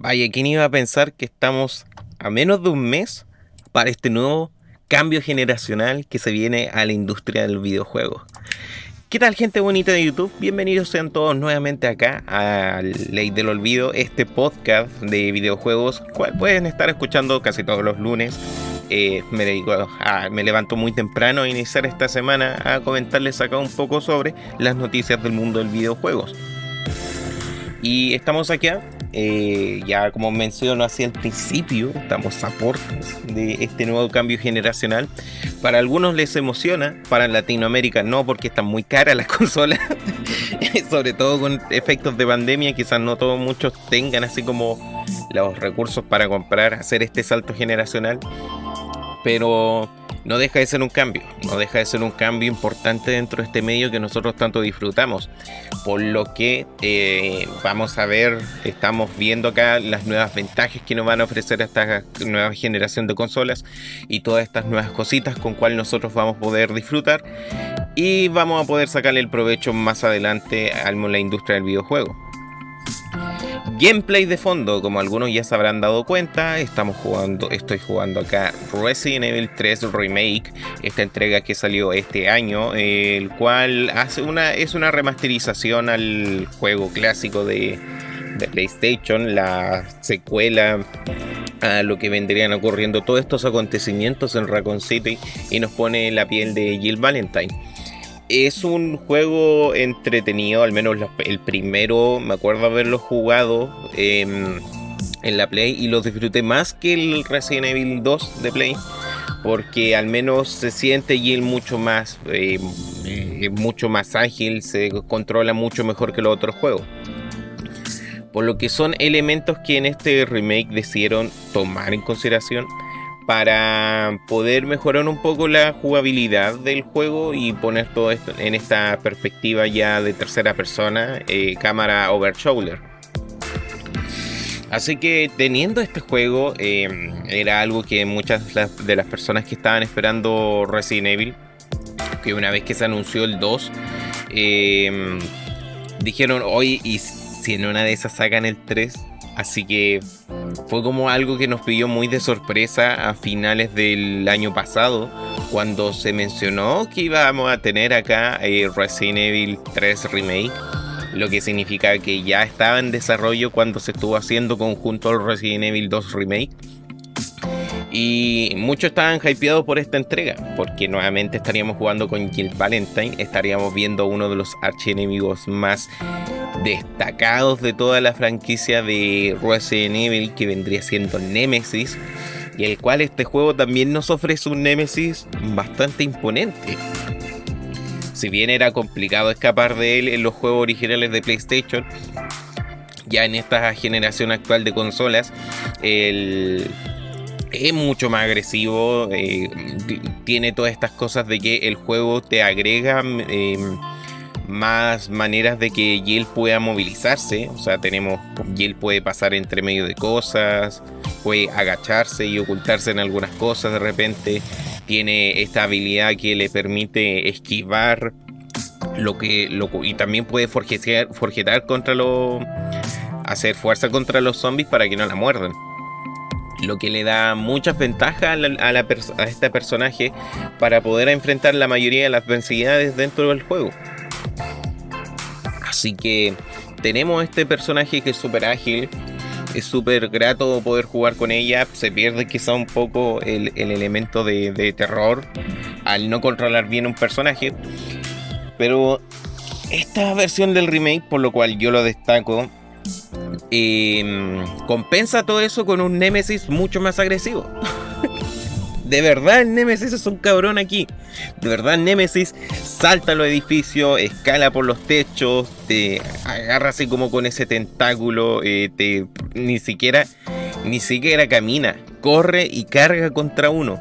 Vaya, ¿quién iba a pensar que estamos a menos de un mes para este nuevo cambio generacional que se viene a la industria del videojuego? ¿Qué tal, gente bonita de YouTube? Bienvenidos sean todos nuevamente acá a Ley del Olvido, este podcast de videojuegos, cual pueden estar escuchando casi todos los lunes. Me levanto muy temprano a iniciar esta semana a comentarles acá un poco sobre las noticias del mundo del videojuegos. Y estamos acá, ya como menciono hacia el principio, estamos a puertas de este nuevo cambio generacional. Para algunos les emociona, para Latinoamérica no, porque están muy caras las consolas, sobre todo con efectos de pandemia. Quizás no todos muchos tengan así como los recursos para comprar, hacer este salto generacional, pero no deja de ser un cambio, importante dentro de este medio que nosotros tanto disfrutamos. Por lo que vamos a ver, estamos viendo acá las nuevas ventajas que nos van a ofrecer esta nueva generación de consolas y todas estas nuevas cositas con cuales nosotros vamos a poder disfrutar y vamos a poder sacarle el provecho más adelante a la industria del videojuego. Gameplay de fondo, como algunos ya se habrán dado cuenta, estoy jugando acá Resident Evil 3 Remake, esta entrega que salió este año, el cual es una remasterización al juego clásico de PlayStation, la secuela a lo que vendrían ocurriendo todos estos acontecimientos en Raccoon City, y nos pone la piel de Jill Valentine. Es un juego entretenido, al menos el primero me acuerdo haberlo jugado en la Play y lo disfruté más que el Resident Evil 2 de Play, porque al menos se siente Jill mucho más ágil, se controla mucho mejor que los otros juegos. Por lo que son elementos que en este remake decidieron tomar en consideración para poder mejorar un poco la jugabilidad del juego y poner todo esto en esta perspectiva ya de tercera persona, cámara over shoulder. Así que teniendo este juego, era algo que muchas de las personas que estaban esperando Resident Evil, que una vez que se anunció el 2, dijeron hoy, y si en una de esas sacan el 3. Así que fue como algo que nos pilló muy de sorpresa a finales del año pasado, cuando se mencionó que íbamos a tener acá Resident Evil 3 Remake, lo que significa que ya estaba en desarrollo cuando se estuvo haciendo conjunto al Resident Evil 2 Remake. Y muchos estaban hypeados por esta entrega, porque nuevamente estaríamos jugando con Jill Valentine, estaríamos viendo uno de los archienemigos más destacados de toda la franquicia de Resident Evil, que vendría siendo Nemesis, y el cual este juego también nos ofrece un Nemesis bastante imponente. Si bien era complicado escapar de él en los juegos originales de PlayStation, ya en esta generación actual de consolas es mucho más agresivo, tiene todas estas cosas de que el juego te agrega más maneras de que Jill pueda movilizarse. O sea, Jill puede pasar entre medio de cosas, puede agacharse y ocultarse en algunas cosas de repente. Tiene esta habilidad que le permite esquivar y también puede forjetar hacer fuerza contra los zombies para que no la muerdan, lo que le da muchas ventajas a este personaje para poder enfrentar la mayoría de las adversidades dentro del juego. Así que tenemos este personaje que es súper ágil, es súper grato poder jugar con ella. Se pierde quizá un poco el elemento de terror al no controlar bien un personaje, pero esta versión del remake, por lo cual yo lo destaco, compensa todo eso con un Nemesis mucho más agresivo. De verdad el Nemesis es un cabrón aquí. De verdad Nemesis salta a los edificios, escala por los techos, te agarra así como con ese tentáculo, ni siquiera camina, corre y carga contra uno.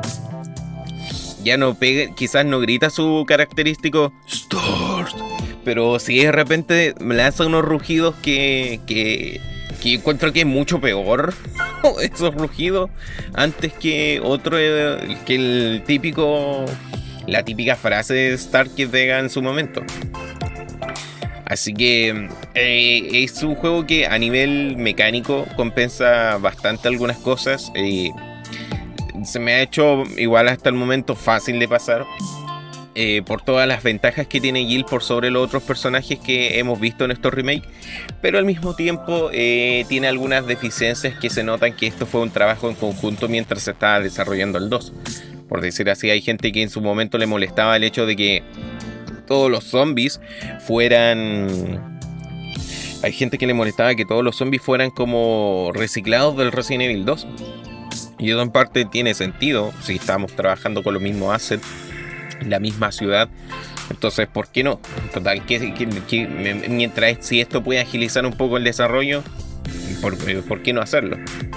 Ya no pega, quizás no grita su característico Start, pero sí de repente me lanza unos rugidos que encuentro que es mucho peor esos rugidos antes que la típica frase de Stark que pega en su momento. Así que es un juego que a nivel mecánico compensa bastante algunas cosas. Se me ha hecho igual hasta el momento fácil de pasar. Por todas las ventajas que tiene Jill por sobre los otros personajes que hemos visto en estos remakes, pero al mismo tiempo tiene algunas deficiencias que se notan que esto fue un trabajo en conjunto mientras se estaba desarrollando el 2. Por decir así, hay gente que en su momento le molestaba el hecho de que todos los zombies fueran... Hay gente que le molestaba que todos los zombies fueran como reciclados del Resident Evil 2. Y eso en parte tiene sentido si estamos trabajando con los mismos assets, la misma ciudad. Entonces, ¿por qué no? Total, mientras si esto puede agilizar un poco el desarrollo, ¿por qué no hacerlo?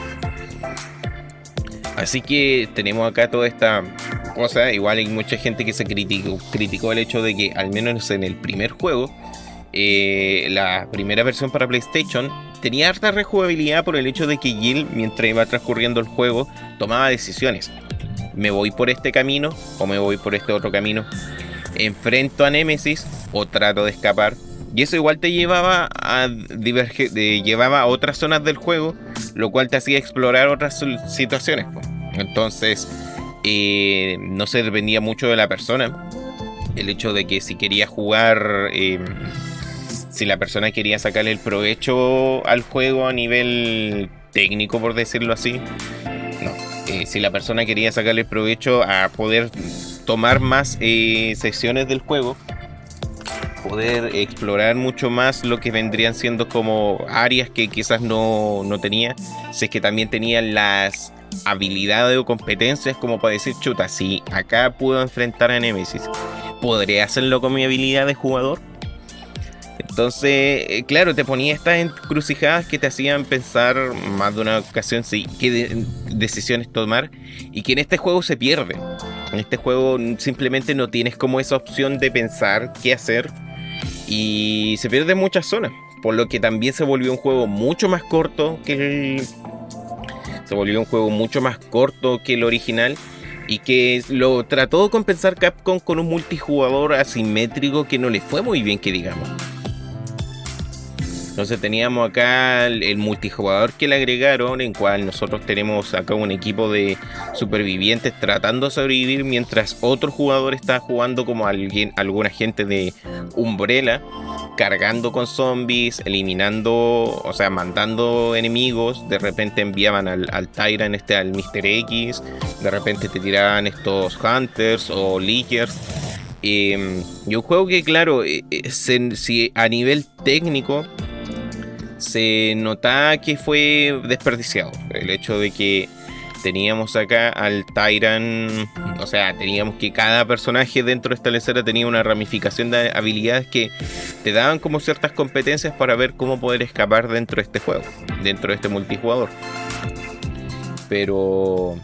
Así que tenemos acá toda esta cosa. Igual hay mucha gente que se criticó el hecho de que al menos en el primer juego, la primera versión para PlayStation, tenía harta rejugabilidad por el hecho de que Jill, mientras iba transcurriendo el juego, tomaba decisiones. ¿Me voy por este camino o me voy por este otro camino? ¿Enfrento a Nemesis o trato de escapar? Y eso igual te llevaba a llevaba a otras zonas del juego, lo cual te hacía explorar otras situaciones. Entonces, no se dependía mucho de la persona. El hecho de que si quería jugar... si la persona quería sacarle el provecho al juego a nivel técnico, por decirlo así, no. Si la persona quería sacarle el provecho a poder tomar más sesiones del juego, poder explorar mucho más lo que vendrían siendo como áreas que quizás no tenía, si es que también tenía las habilidades o competencias como para decir, chuta, si acá puedo enfrentar a Nemesis, ¿podré hacerlo con mi habilidad de jugador? Entonces, claro, te ponía estas encrucijadas que te hacían pensar más de una ocasión qué decisiones tomar, y que en este juego se pierde. En este juego simplemente no tienes como esa opción de pensar qué hacer, y se pierde en muchas zonas, por lo que también se volvió un juego mucho más corto que el original, y que lo trató de compensar Capcom con un multijugador asimétrico que no le fue muy bien, que digamos. Entonces teníamos acá el multijugador que le agregaron, en cual nosotros tenemos acá un equipo de supervivientes tratando de sobrevivir mientras otro jugador está jugando como alguna gente de Umbrella, cargando con zombies, eliminando, o sea, mandando enemigos. De repente enviaban al Tyrant, al Mr. X, de repente te tiraban estos Hunters o Leakers. Y un juego que, claro, si a nivel técnico se nota que fue desperdiciado. El hecho de que teníamos acá al Tyrant, o sea, teníamos que cada personaje dentro de esta lecera tenía una ramificación de habilidades que te daban como ciertas competencias para ver cómo poder escapar dentro de este juego, dentro de este multijugador. Pero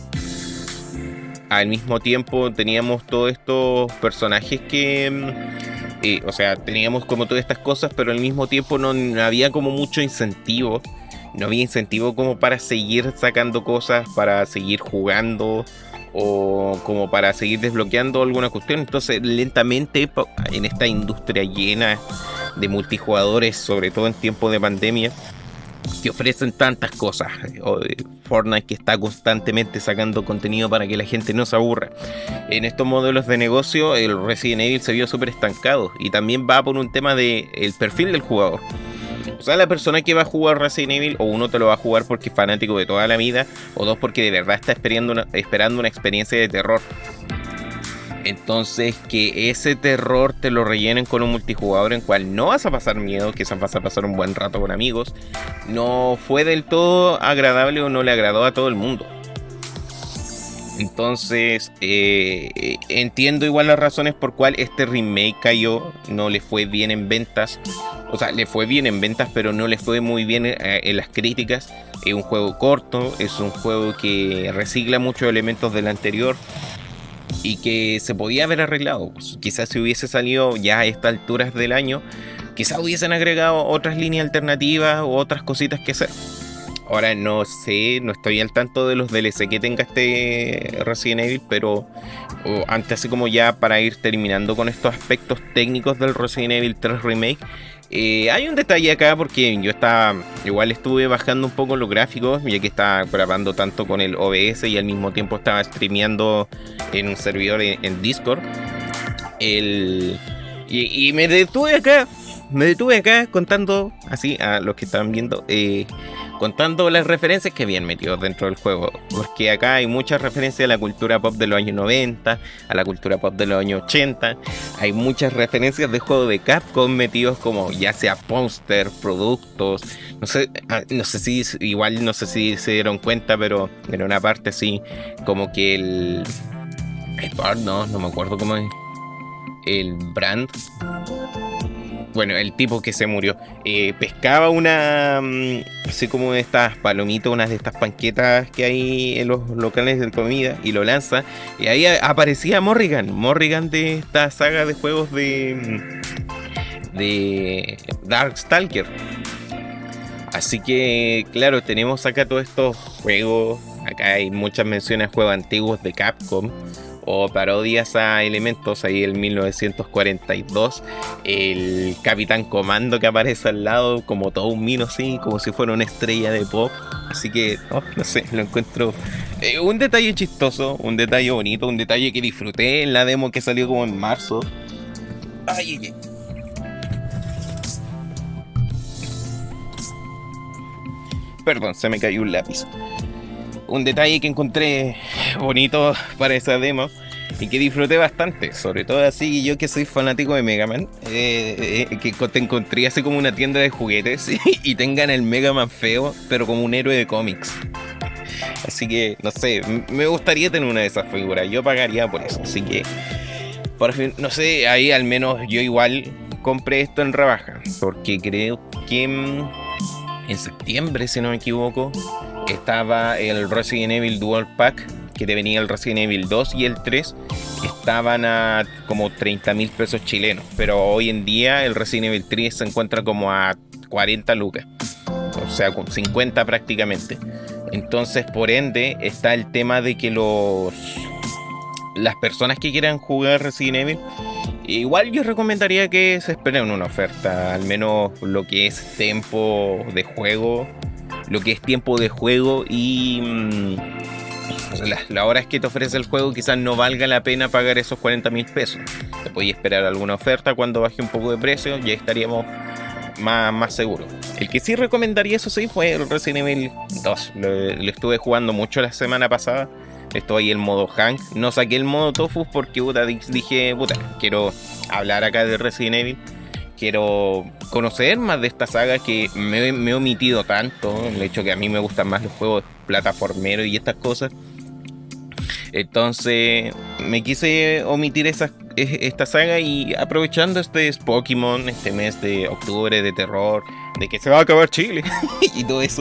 al mismo tiempo teníamos todos estos personajes que... o sea, teníamos como todas estas cosas, pero al mismo tiempo no había como mucho incentivo. No había incentivo como para seguir sacando cosas, para seguir jugando, o como para seguir desbloqueando alguna cuestión. Entonces, lentamente, en esta industria llena de multijugadores, sobre todo en tiempos de pandemia, que ofrecen tantas cosas, Fortnite que está constantemente sacando contenido para que la gente no se aburra, en estos modelos de negocio el Resident Evil se vio súper estancado, y también va por un tema de el perfil del jugador. O sea, la persona que va a jugar Resident Evil, o uno te lo va a jugar porque es fanático de toda la vida, o dos porque de verdad está esperando una experiencia de terror. Entonces, que ese terror te lo rellenen con un multijugador en cual no vas a pasar miedo, quizás vas a pasar un buen rato con amigos, no fue del todo agradable, o no le agradó a todo el mundo. Entonces, entiendo igual las razones por cual este remake cayó, no le fue bien en ventas. O sea, le fue bien en ventas, pero no le fue muy bien en las críticas. Es un juego corto, es un juego que recicla muchos elementos del anterior, y que se podía haber arreglado. Quizás si hubiese salido ya a estas alturas del año, quizás hubiesen agregado otras líneas alternativas o otras cositas que hacer. Ahora no sé, no estoy al tanto de los DLC que tenga este Resident Evil, pero antes, así como ya para ir terminando con estos aspectos técnicos del Resident Evil 3 Remake, hay un detalle acá porque igual estuve bajando un poco los gráficos, ya que estaba grabando tanto con el OBS y al mismo tiempo estaba streameando en un servidor en Discord. Y me detuve acá contando, así a los que estaban viendo, contando las referencias que habían metido dentro del juego. Porque acá hay muchas referencias a la cultura pop de los años 90, a la cultura pop de los años 80. Hay muchas referencias de juegos de Capcom metidos, como ya sea póster, productos. No sé si se dieron cuenta, pero en una parte sí, como que el Bard, no me acuerdo cómo es. El Brand. Bueno, el tipo que se murió pescaba así como estas palomitas, unas de estas panquetas que hay en los locales de comida, y lo lanza, y ahí aparecía Morrigan de esta saga de juegos de Darkstalker. Así que claro, tenemos acá todos estos juegos. Acá hay muchas menciones a juegos antiguos de Capcom o parodias a elementos. Ahí el 1942, el Capitán Comando que aparece al lado como todo un mino así, como si fuera una estrella de pop. Así que, no sé, lo encuentro un detalle chistoso, un detalle bonito, un detalle que disfruté en la demo que salió como en marzo. Ay. Perdón, se me cayó un lápiz. Un detalle que encontré bonito para esa demo y que disfruté bastante, sobre todo así yo que soy fanático de Mega Man, que te encontré así como una tienda de juguetes y tengan el Mega Man feo, pero como un héroe de cómics. Así que, no sé, me gustaría tener una de esas figuras, yo pagaría por eso. Así que, por fin, no sé, ahí al menos yo igual compré esto en rebaja, porque creo que en septiembre, si no me equivoco, estaba el Resident Evil Dual Pack, que te venía el Resident Evil 2 y el 3, estaban a como 30.000 pesos chilenos, pero hoy en día el Resident Evil 3 se encuentra como a 40 lucas, o sea, con 50 prácticamente. Entonces, por ende, está el tema de que las personas que quieran jugar Resident Evil, igual yo recomendaría que se esperen una oferta, al menos lo que es tiempo de juego y las horas que te ofrece el juego quizás no valga la pena pagar esos 40.000 pesos. Te podéis esperar alguna oferta cuando baje un poco de precio, ya estaríamos más seguros. El que sí recomendaría, eso sí, fue el Resident Evil 2. Lo estuve jugando mucho la semana pasada. Estoy en el modo Hank. No saqué el modo Tofu porque dije, quiero hablar acá de Resident Evil. Quiero conocer más de esta saga que me he omitido tanto. El hecho que a mí me gustan más los juegos plataformeros y estas cosas. Entonces me quise omitir esta saga, y aprovechando este Pokémon, este mes de octubre de terror, de que se va a acabar Chile y todo eso,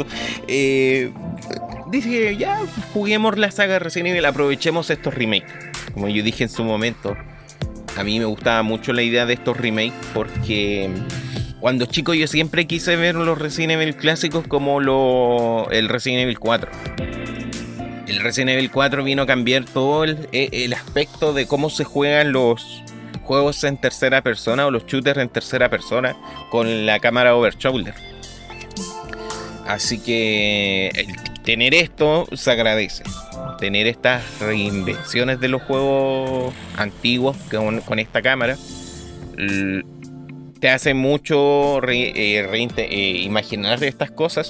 dije, ya, juguemos la saga Resident Evil, aprovechemos estos remakes. Como yo dije en su momento, a mí me gustaba mucho la idea de estos remakes porque cuando chico yo siempre quise ver los Resident Evil clásicos como el Resident Evil 4. El Resident Evil 4 vino a cambiar todo el aspecto de cómo se juegan los juegos en tercera persona o los shooters en tercera persona con la cámara over-shoulder. Así que tener esto se agradece. Tener estas reinvenciones de los juegos antiguos con esta cámara te hace mucho imaginar estas cosas.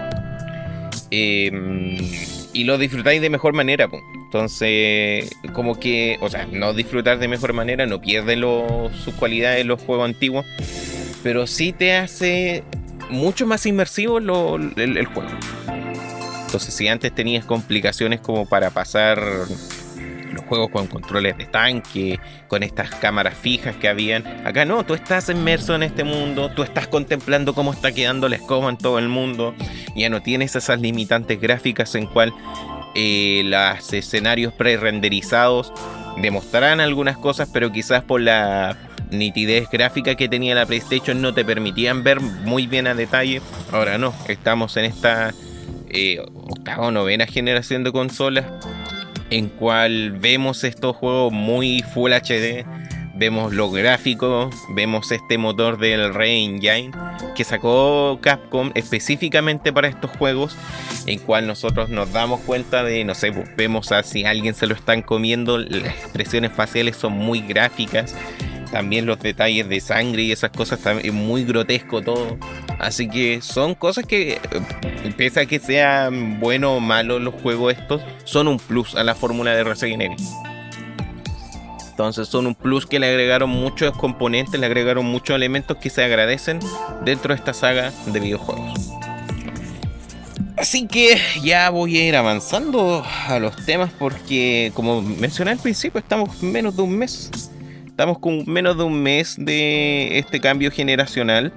Y lo disfrutáis de mejor manera, pues. Entonces, como que, o sea, no disfrutar de mejor manera no pierde sus cualidades los juegos antiguos, pero sí te hace mucho más inmersivo el juego. Entonces, si antes tenías complicaciones como para pasar los juegos con controles de tanque, con estas cámaras fijas que habían, acá no, tú estás inmerso en este mundo, tú estás contemplando cómo está quedando la escoba en todo el mundo, ya no tienes esas limitantes gráficas en cual los escenarios pre-renderizados demostrarán algunas cosas, pero quizás por la nitidez gráfica que tenía la PlayStation no te permitían ver muy bien a detalle. Ahora no, estamos en octava o novena generación de consolas, en cual vemos estos juegos muy Full HD, vemos los gráficos, vemos este motor del Re-Engine que sacó Capcom específicamente para estos juegos, en cual nosotros nos damos cuenta de, no sé, vemos a si alguien se lo están comiendo, las expresiones faciales son muy gráficas, también los detalles de sangre y esas cosas, también muy grotesco todo. Así que son cosas que, pese a que sean buenos o malos los juegos estos, son un plus a la fórmula de Resident Evil. Entonces son un plus que le agregaron muchos componentes, le agregaron muchos elementos que se agradecen dentro de esta saga de videojuegos. Así que ya voy a ir avanzando a los temas porque, como mencioné al principio, estamos menos de un mes. Estamos con menos de un mes de este cambio generacional.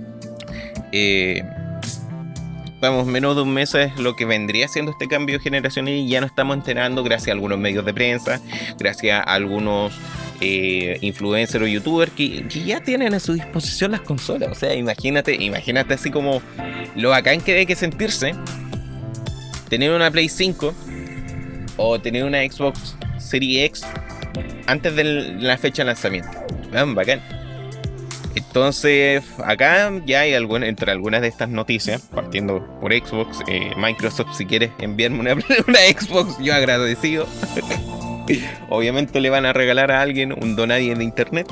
Estamos menos de un mes es lo que vendría siendo este cambio generacional y ya nos estamos enterando gracias a algunos medios de prensa, gracias a algunos influencers o youtubers que ya tienen a su disposición las consolas. O sea, imagínate así como lo bacán que debe que sentirse tener una Play 5 o tener una Xbox Series X antes de la fecha de lanzamiento. Bacán. Entonces, acá ya hay entre algunas de estas noticias, partiendo por Xbox, Microsoft, si quieres enviarme una Xbox, yo agradecido. Obviamente le van a regalar a alguien un donadie de internet.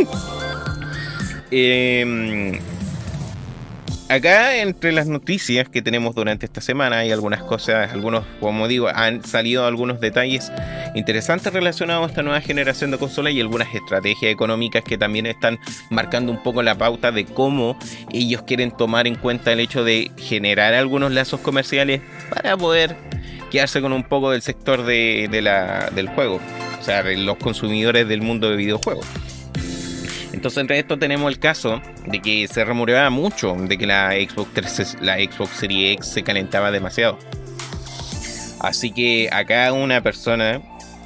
Acá entre las noticias que tenemos durante esta semana hay algunas cosas, como digo, han salido algunos detalles interesantes relacionados a esta nueva generación de consolas y algunas estrategias económicas que también están marcando un poco la pauta de cómo ellos quieren tomar en cuenta el hecho de generar algunos lazos comerciales para poder quedarse con un poco del sector del juego, o sea, de los consumidores del mundo de videojuegos. Entonces, entre esto tenemos el caso de que se rumoreaba mucho de que la Xbox Series X se calentaba demasiado. Así que acá una persona,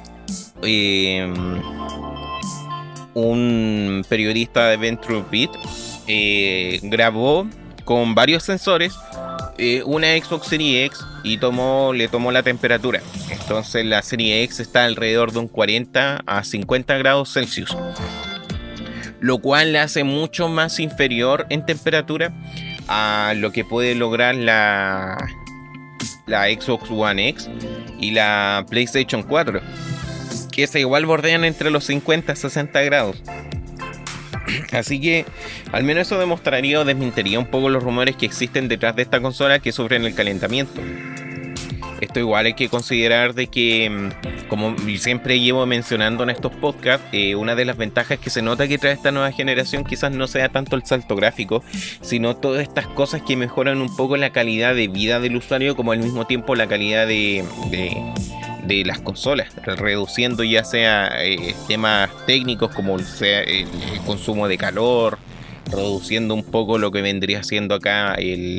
un periodista de Venture Beat, grabó con varios sensores una Xbox Series X y le tomó la temperatura. Entonces la Series X está alrededor de un 40 a 50 grados Celsius, lo cual la hace mucho más inferior en temperatura a lo que puede lograr la Xbox One X y la PlayStation 4, que se igual bordean entre los 50 y 60 grados. Así que al menos eso demostraría o desmentiría un poco los rumores que existen detrás de esta consola que sufren el calentamiento. Esto igual hay que considerar de que, como siempre llevo mencionando en estos podcasts, una de las ventajas que se nota que trae esta nueva generación quizás no sea tanto el salto gráfico, sino todas estas cosas que mejoran un poco la calidad de vida del usuario, como al mismo tiempo la calidad de las consolas, reduciendo ya sea temas técnicos como sea el consumo de calor, reduciendo un poco lo que vendría siendo acá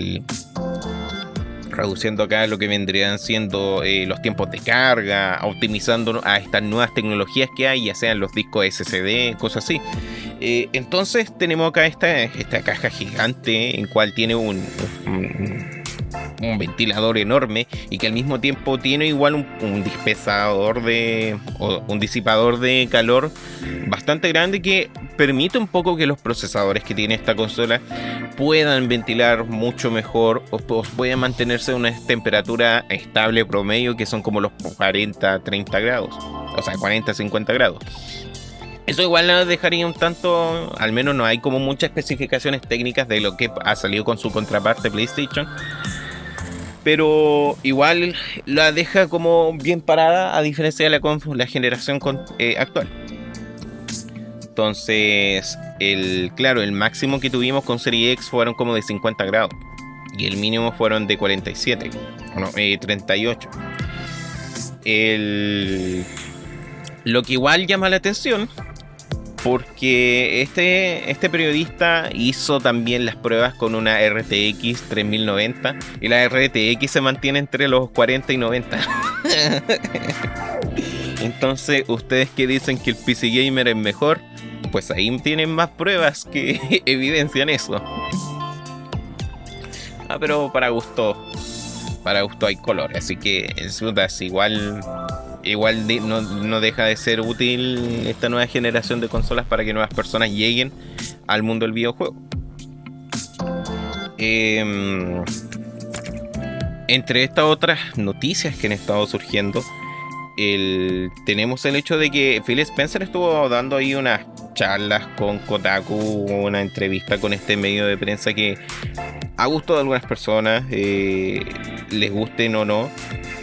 lo que vendrían siendo los tiempos de carga, optimizando a estas nuevas tecnologías que hay, ya sean los discos SSD, cosas así. Entonces tenemos acá esta caja gigante en cual tiene un ventilador enorme y que al mismo tiempo tiene igual un dispensador un disipador de calor bastante grande que permite un poco que los procesadores que tiene esta consola puedan ventilar mucho mejor o puedan mantenerse a una temperatura estable promedio, que son como los 40-30 grados, o sea 40-50 grados. Eso igual nos dejaría un tanto, al menos no hay como muchas especificaciones técnicas de lo que ha salido con su contraparte PlayStation, pero igual la deja como bien parada a diferencia de la generación actual. Entonces, el máximo que tuvimos con Series X fueron como de 50 grados y el mínimo fueron de 47, 38. Lo que igual llama la atención, porque este periodista hizo también las pruebas con una RTX 3090 y la RTX se mantiene entre los 40 y 90. Entonces, ustedes que dicen que el PC Gamer es mejor, pues ahí tienen más pruebas que evidencian eso. Pero para gusto para gusto hay color, así que no deja de ser útil esta nueva generación de consolas para que nuevas personas lleguen al mundo del videojuego. Entre estas otras noticias que han estado surgiendo, tenemos el hecho de que Phil Spencer estuvo dando ahí unas charlas con Kotaku, una entrevista con este medio de prensa que a gusto de algunas personas, les gusten o no,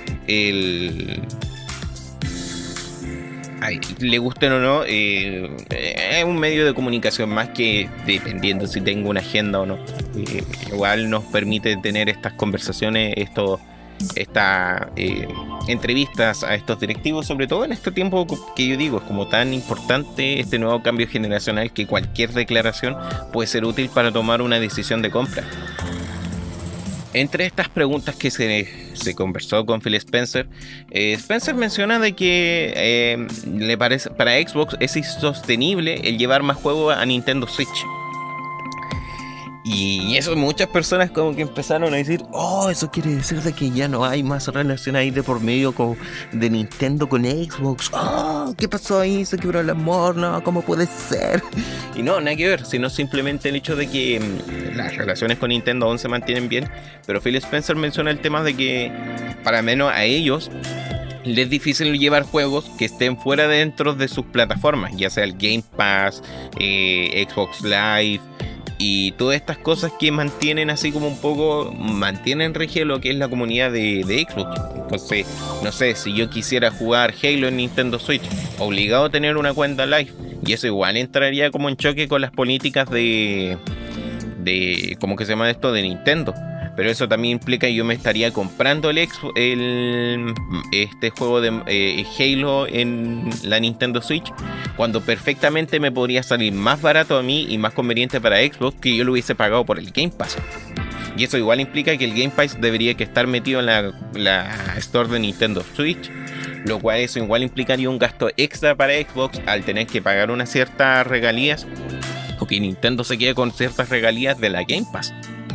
le gusten o no, es un medio de comunicación más que, dependiendo si tengo una agenda o no, igual nos permite tener estas conversaciones, entrevistas a estos directivos, sobre todo en este tiempo que yo digo es como tan importante este nuevo cambio generacional, que cualquier declaración puede ser útil para tomar una decisión de compra. Entre estas preguntas que se conversó con Phil Spencer, Spencer menciona de que le parece para Xbox es insostenible el llevar más juegos a Nintendo Switch. Y eso, muchas personas como que empezaron a decir, oh, eso quiere decir de que ya no hay más relación ahí de por medio de Nintendo con Xbox. Oh, ¿qué pasó ahí? Se quebró el amor, no, ¿cómo puede ser? Y no, nada que ver, sino simplemente el hecho de que las relaciones con Nintendo aún se mantienen bien. Pero Phil Spencer menciona el tema de que, para menos a ellos, les es difícil llevar juegos que estén fuera dentro de sus plataformas, ya sea el Game Pass, Xbox Live y todas estas cosas que mantienen así como un poco, mantienen regio lo que es la comunidad de Xbox. Entonces, no sé, si yo quisiera jugar Halo en Nintendo Switch, obligado a tener una cuenta Live, y eso igual entraría como en choque con las políticas de ¿cómo que se llama esto? De Nintendo. Pero eso también implica que yo me estaría comprando este juego de Halo en la Nintendo Switch, cuando perfectamente me podría salir más barato a mí y más conveniente para Xbox que yo lo hubiese pagado por el Game Pass. Y eso igual implica que el Game Pass debería que estar metido en la Store de Nintendo Switch, lo cual eso igual implicaría un gasto extra para Xbox al tener que pagar unas ciertas regalías, o que Nintendo se quede con ciertas regalías de la Game Pass.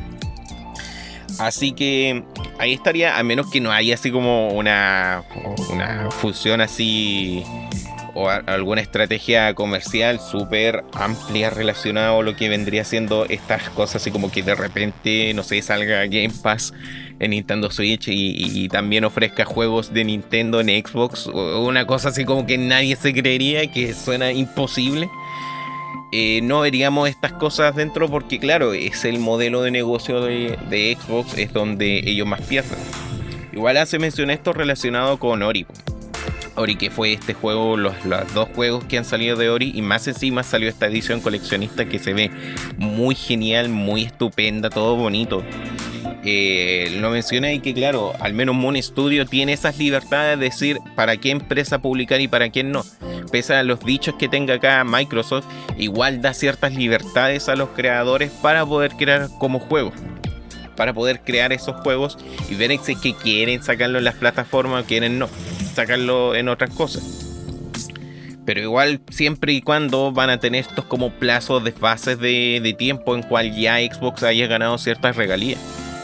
Así que ahí estaría, a menos que no haya así como una fusión así o alguna estrategia comercial súper amplia relacionada a lo que vendría siendo estas cosas, así como que de repente, no sé, salga Game Pass en Nintendo Switch y también ofrezca juegos de Nintendo en Xbox, o una cosa así como que nadie se creería, que suena imposible. No veríamos estas cosas dentro, porque claro, es el modelo de negocio de Xbox, es donde ellos más pierden. Igual hace mención esto relacionado con Ori, que fue este juego, los dos juegos que han salido de Ori, y más encima salió esta edición coleccionista que se ve muy genial, muy estupenda, todo bonito. Lo menciona y que claro, al menos Moon Studio tiene esas libertades de decir para qué empresa publicar y para quién no. Pese a los dichos que tenga acá Microsoft, igual da ciertas libertades a los creadores para poder crear como juegos, para poder crear esos juegos y ver si es que quieren sacarlo en las plataformas o quieren no sacarlo en otras cosas. Pero igual, siempre y cuando van a tener estos como plazos de fases de tiempo en cual ya Xbox haya ganado ciertas regalías.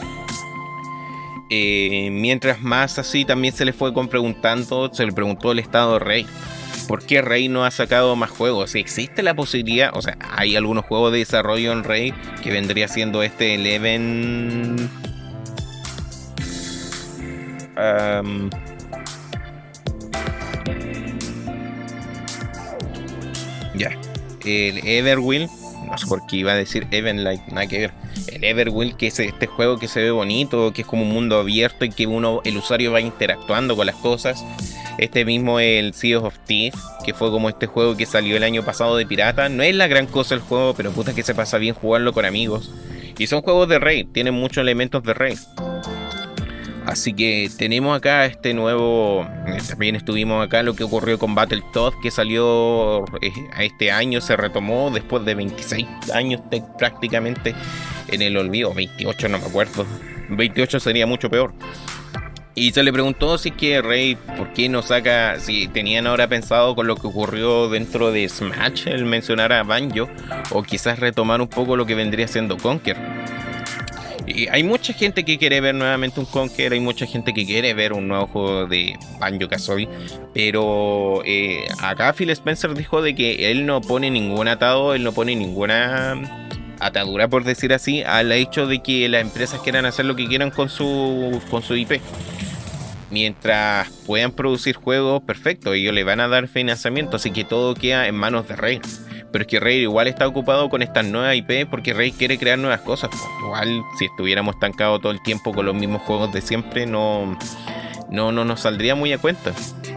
Mientras más así, también se le preguntó el estado de Rey. ¿Por qué Rey no ha sacado más juegos? Si existe la posibilidad, o sea, hay algunos juegos de desarrollo en Rey, que vendría siendo este Eleven... el Everwill, no sé por qué iba a decir Evenlight, nada que ver. El Everwill, que es este juego que se ve bonito, que es como un mundo abierto y que el usuario va interactuando con las cosas. Este mismo, el Sea of Thieves, que fue como este juego que salió el año pasado de pirata. No es la gran cosa el juego, pero puta que se pasa bien jugarlo con amigos. Y son juegos de Rey, tienen muchos elementos de Rey. Así que tenemos acá este nuevo... También estuvimos acá lo que ocurrió con Battletoads, que salió a este año, se retomó después de 26 años prácticamente en el olvido. 28 no me acuerdo, 28 sería mucho peor. Y se le preguntó si es que Rey, ¿por qué no saca? Si tenían ahora pensado con lo que ocurrió dentro de Smash, el mencionar a Banjo, o quizás retomar un poco lo que vendría siendo Conker. Y hay mucha gente que quiere ver nuevamente un Conker, hay mucha gente que quiere ver un nuevo juego de Banjo-Kazooie, pero acá Phil Spencer dijo de que él no pone ningún atado, él no pone ninguna atadura, por decir así, al hecho de que las empresas quieran hacer lo que quieran con su IP. Mientras puedan producir juegos, perfecto, ellos le van a dar financiamiento, así que todo queda en manos de Rare. Pero es que Rare igual está ocupado con estas nuevas IP porque Rare quiere crear nuevas cosas. Igual si estuviéramos estancados todo el tiempo con los mismos juegos de siempre, no nos saldría muy a cuenta.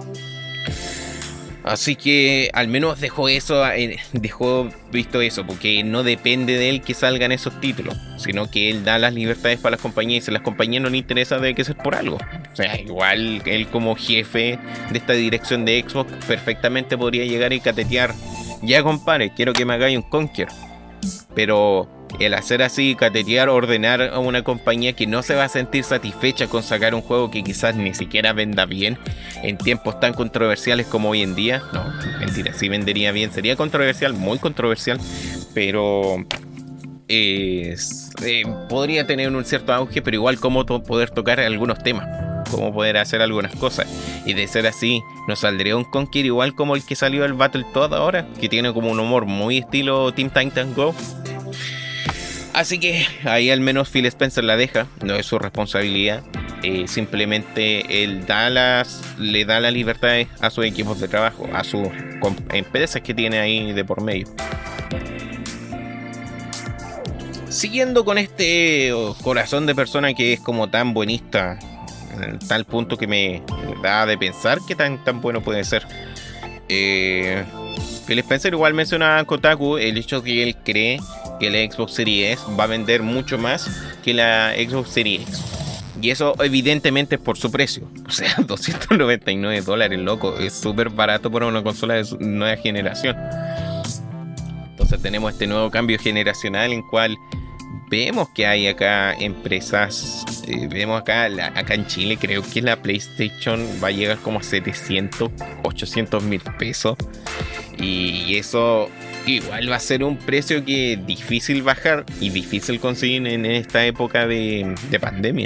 Así que al menos dejó visto eso, porque no depende de él que salgan esos títulos, sino que él da las libertades para las compañías, y si a las compañías no les interesa, debe que ser por algo. O sea, igual él como jefe de esta dirección de Xbox perfectamente podría llegar y catetear: ya compadre, quiero que me hagáis un Conker. Pero el hacer así, catetear, ordenar a una compañía que no se va a sentir satisfecha con sacar un juego que quizás ni siquiera venda bien en tiempos tan controversiales como hoy en día. No, mentira, sí vendería bien, sería controversial, muy controversial, pero podría tener un cierto auge, pero igual cómo poder tocar algunos temas, cómo poder hacer algunas cosas. Y de ser así, nos saldría un Conker igual como el que salió el Battletoad ahora, que tiene como un humor muy estilo Teen Titans Go. Así que ahí al menos Phil Spencer la deja, no es su responsabilidad. Simplemente él le da la libertad a sus equipos de trabajo, a sus empresas que tiene ahí de por medio. Siguiendo con este corazón de persona que es como tan buenista, en tal punto que me da de pensar que tan bueno puede ser. Phil Spencer igual menciona a Kotaku el hecho de que él cree que la Xbox Series S va a vender mucho más que la Xbox Series X. Y eso evidentemente es por su precio. O sea, $299, loco. Es súper barato para una consola de nueva generación. Entonces tenemos este nuevo cambio generacional en cual vemos que hay acá empresas, vemos acá en Chile, creo que la PlayStation va a llegar como a 700, 800 mil pesos. Y eso igual va a ser un precio que es difícil bajar y difícil conseguir en esta época de pandemia.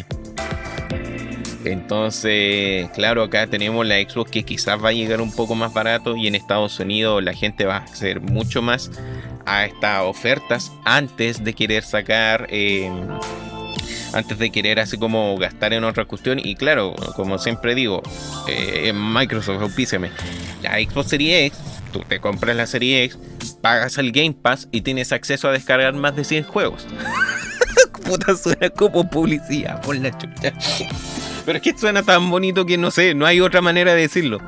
Entonces, claro, acá tenemos la Xbox que quizás va a llegar un poco más barato, y en Estados Unidos la gente va a hacer mucho más a estas ofertas antes de querer sacar, antes de querer así como gastar en otra cuestión. Y claro, como siempre digo, Microsoft, auspíciame, la Xbox Series X, tú te compras la Series X, pagas el Game Pass y tienes acceso a descargar más de 100 juegos. Puta, suena como publicidad, por la chucha. Pero es que suena tan bonito que no sé, no hay otra manera de decirlo.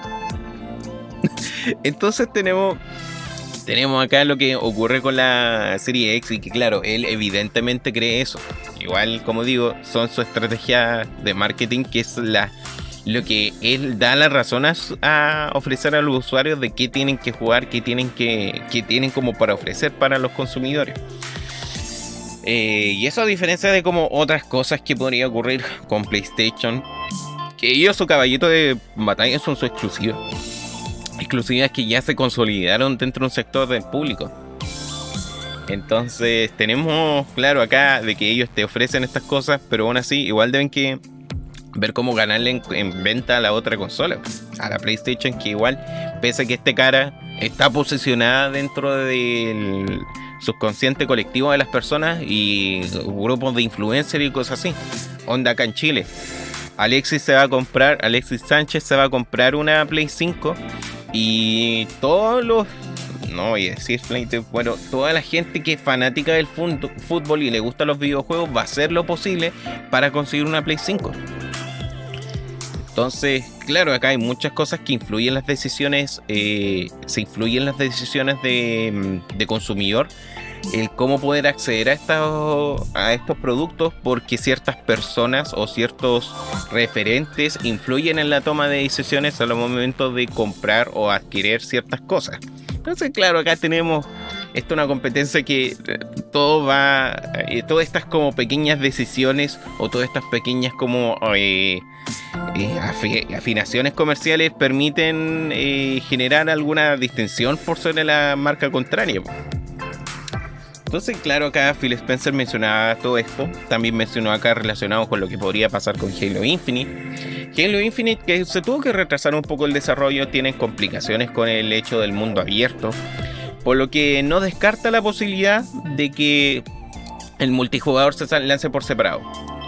Entonces tenemos acá lo que ocurre con la Serie X, y que claro, él evidentemente cree eso. Igual, como digo, son su estrategia de marketing, que es lo que él da la razón a ofrecer a los usuarios de qué tienen que jugar, qué tienen como para ofrecer para los consumidores. Y eso a diferencia de como otras cosas que podría ocurrir con PlayStation, que ellos, su caballito de batalla, son su exclusivas que ya se consolidaron dentro de un sector del público. Entonces tenemos claro acá de que ellos te ofrecen estas cosas, pero aún así igual deben que ver cómo ganarle en venta a la otra consola, a la PlayStation, que igual, pese a que cara está posicionada dentro del subconsciente colectivo de las personas y grupos de influencers y cosas así. Onda, acá en Chile, Alexis Sánchez se va a comprar una Play 5, y todos los, no voy a decir, bueno, toda la gente que es fanática del fútbol y le gustan los videojuegos va a hacer lo posible para conseguir una Play 5. Entonces, claro, acá hay muchas cosas que influyen en las decisiones, se influyen en las decisiones de consumidor, el cómo poder acceder a estos productos, porque ciertas personas o ciertos referentes influyen en la toma de decisiones al momento de comprar o adquirir ciertas cosas. Entonces, claro, acá tenemos una competencia que todas estas como pequeñas decisiones, o todas estas pequeñas como afinaciones comerciales permiten generar alguna distinción por sobre la marca contraria. Entonces, claro, acá Phil Spencer mencionaba todo esto. También mencionó acá relacionado con lo que podría pasar con Halo Infinite. Halo Infinite, que se tuvo que retrasar un poco el desarrollo, tiene complicaciones con el hecho del mundo abierto, por lo que no descarta la posibilidad de que el multijugador se lance por separado.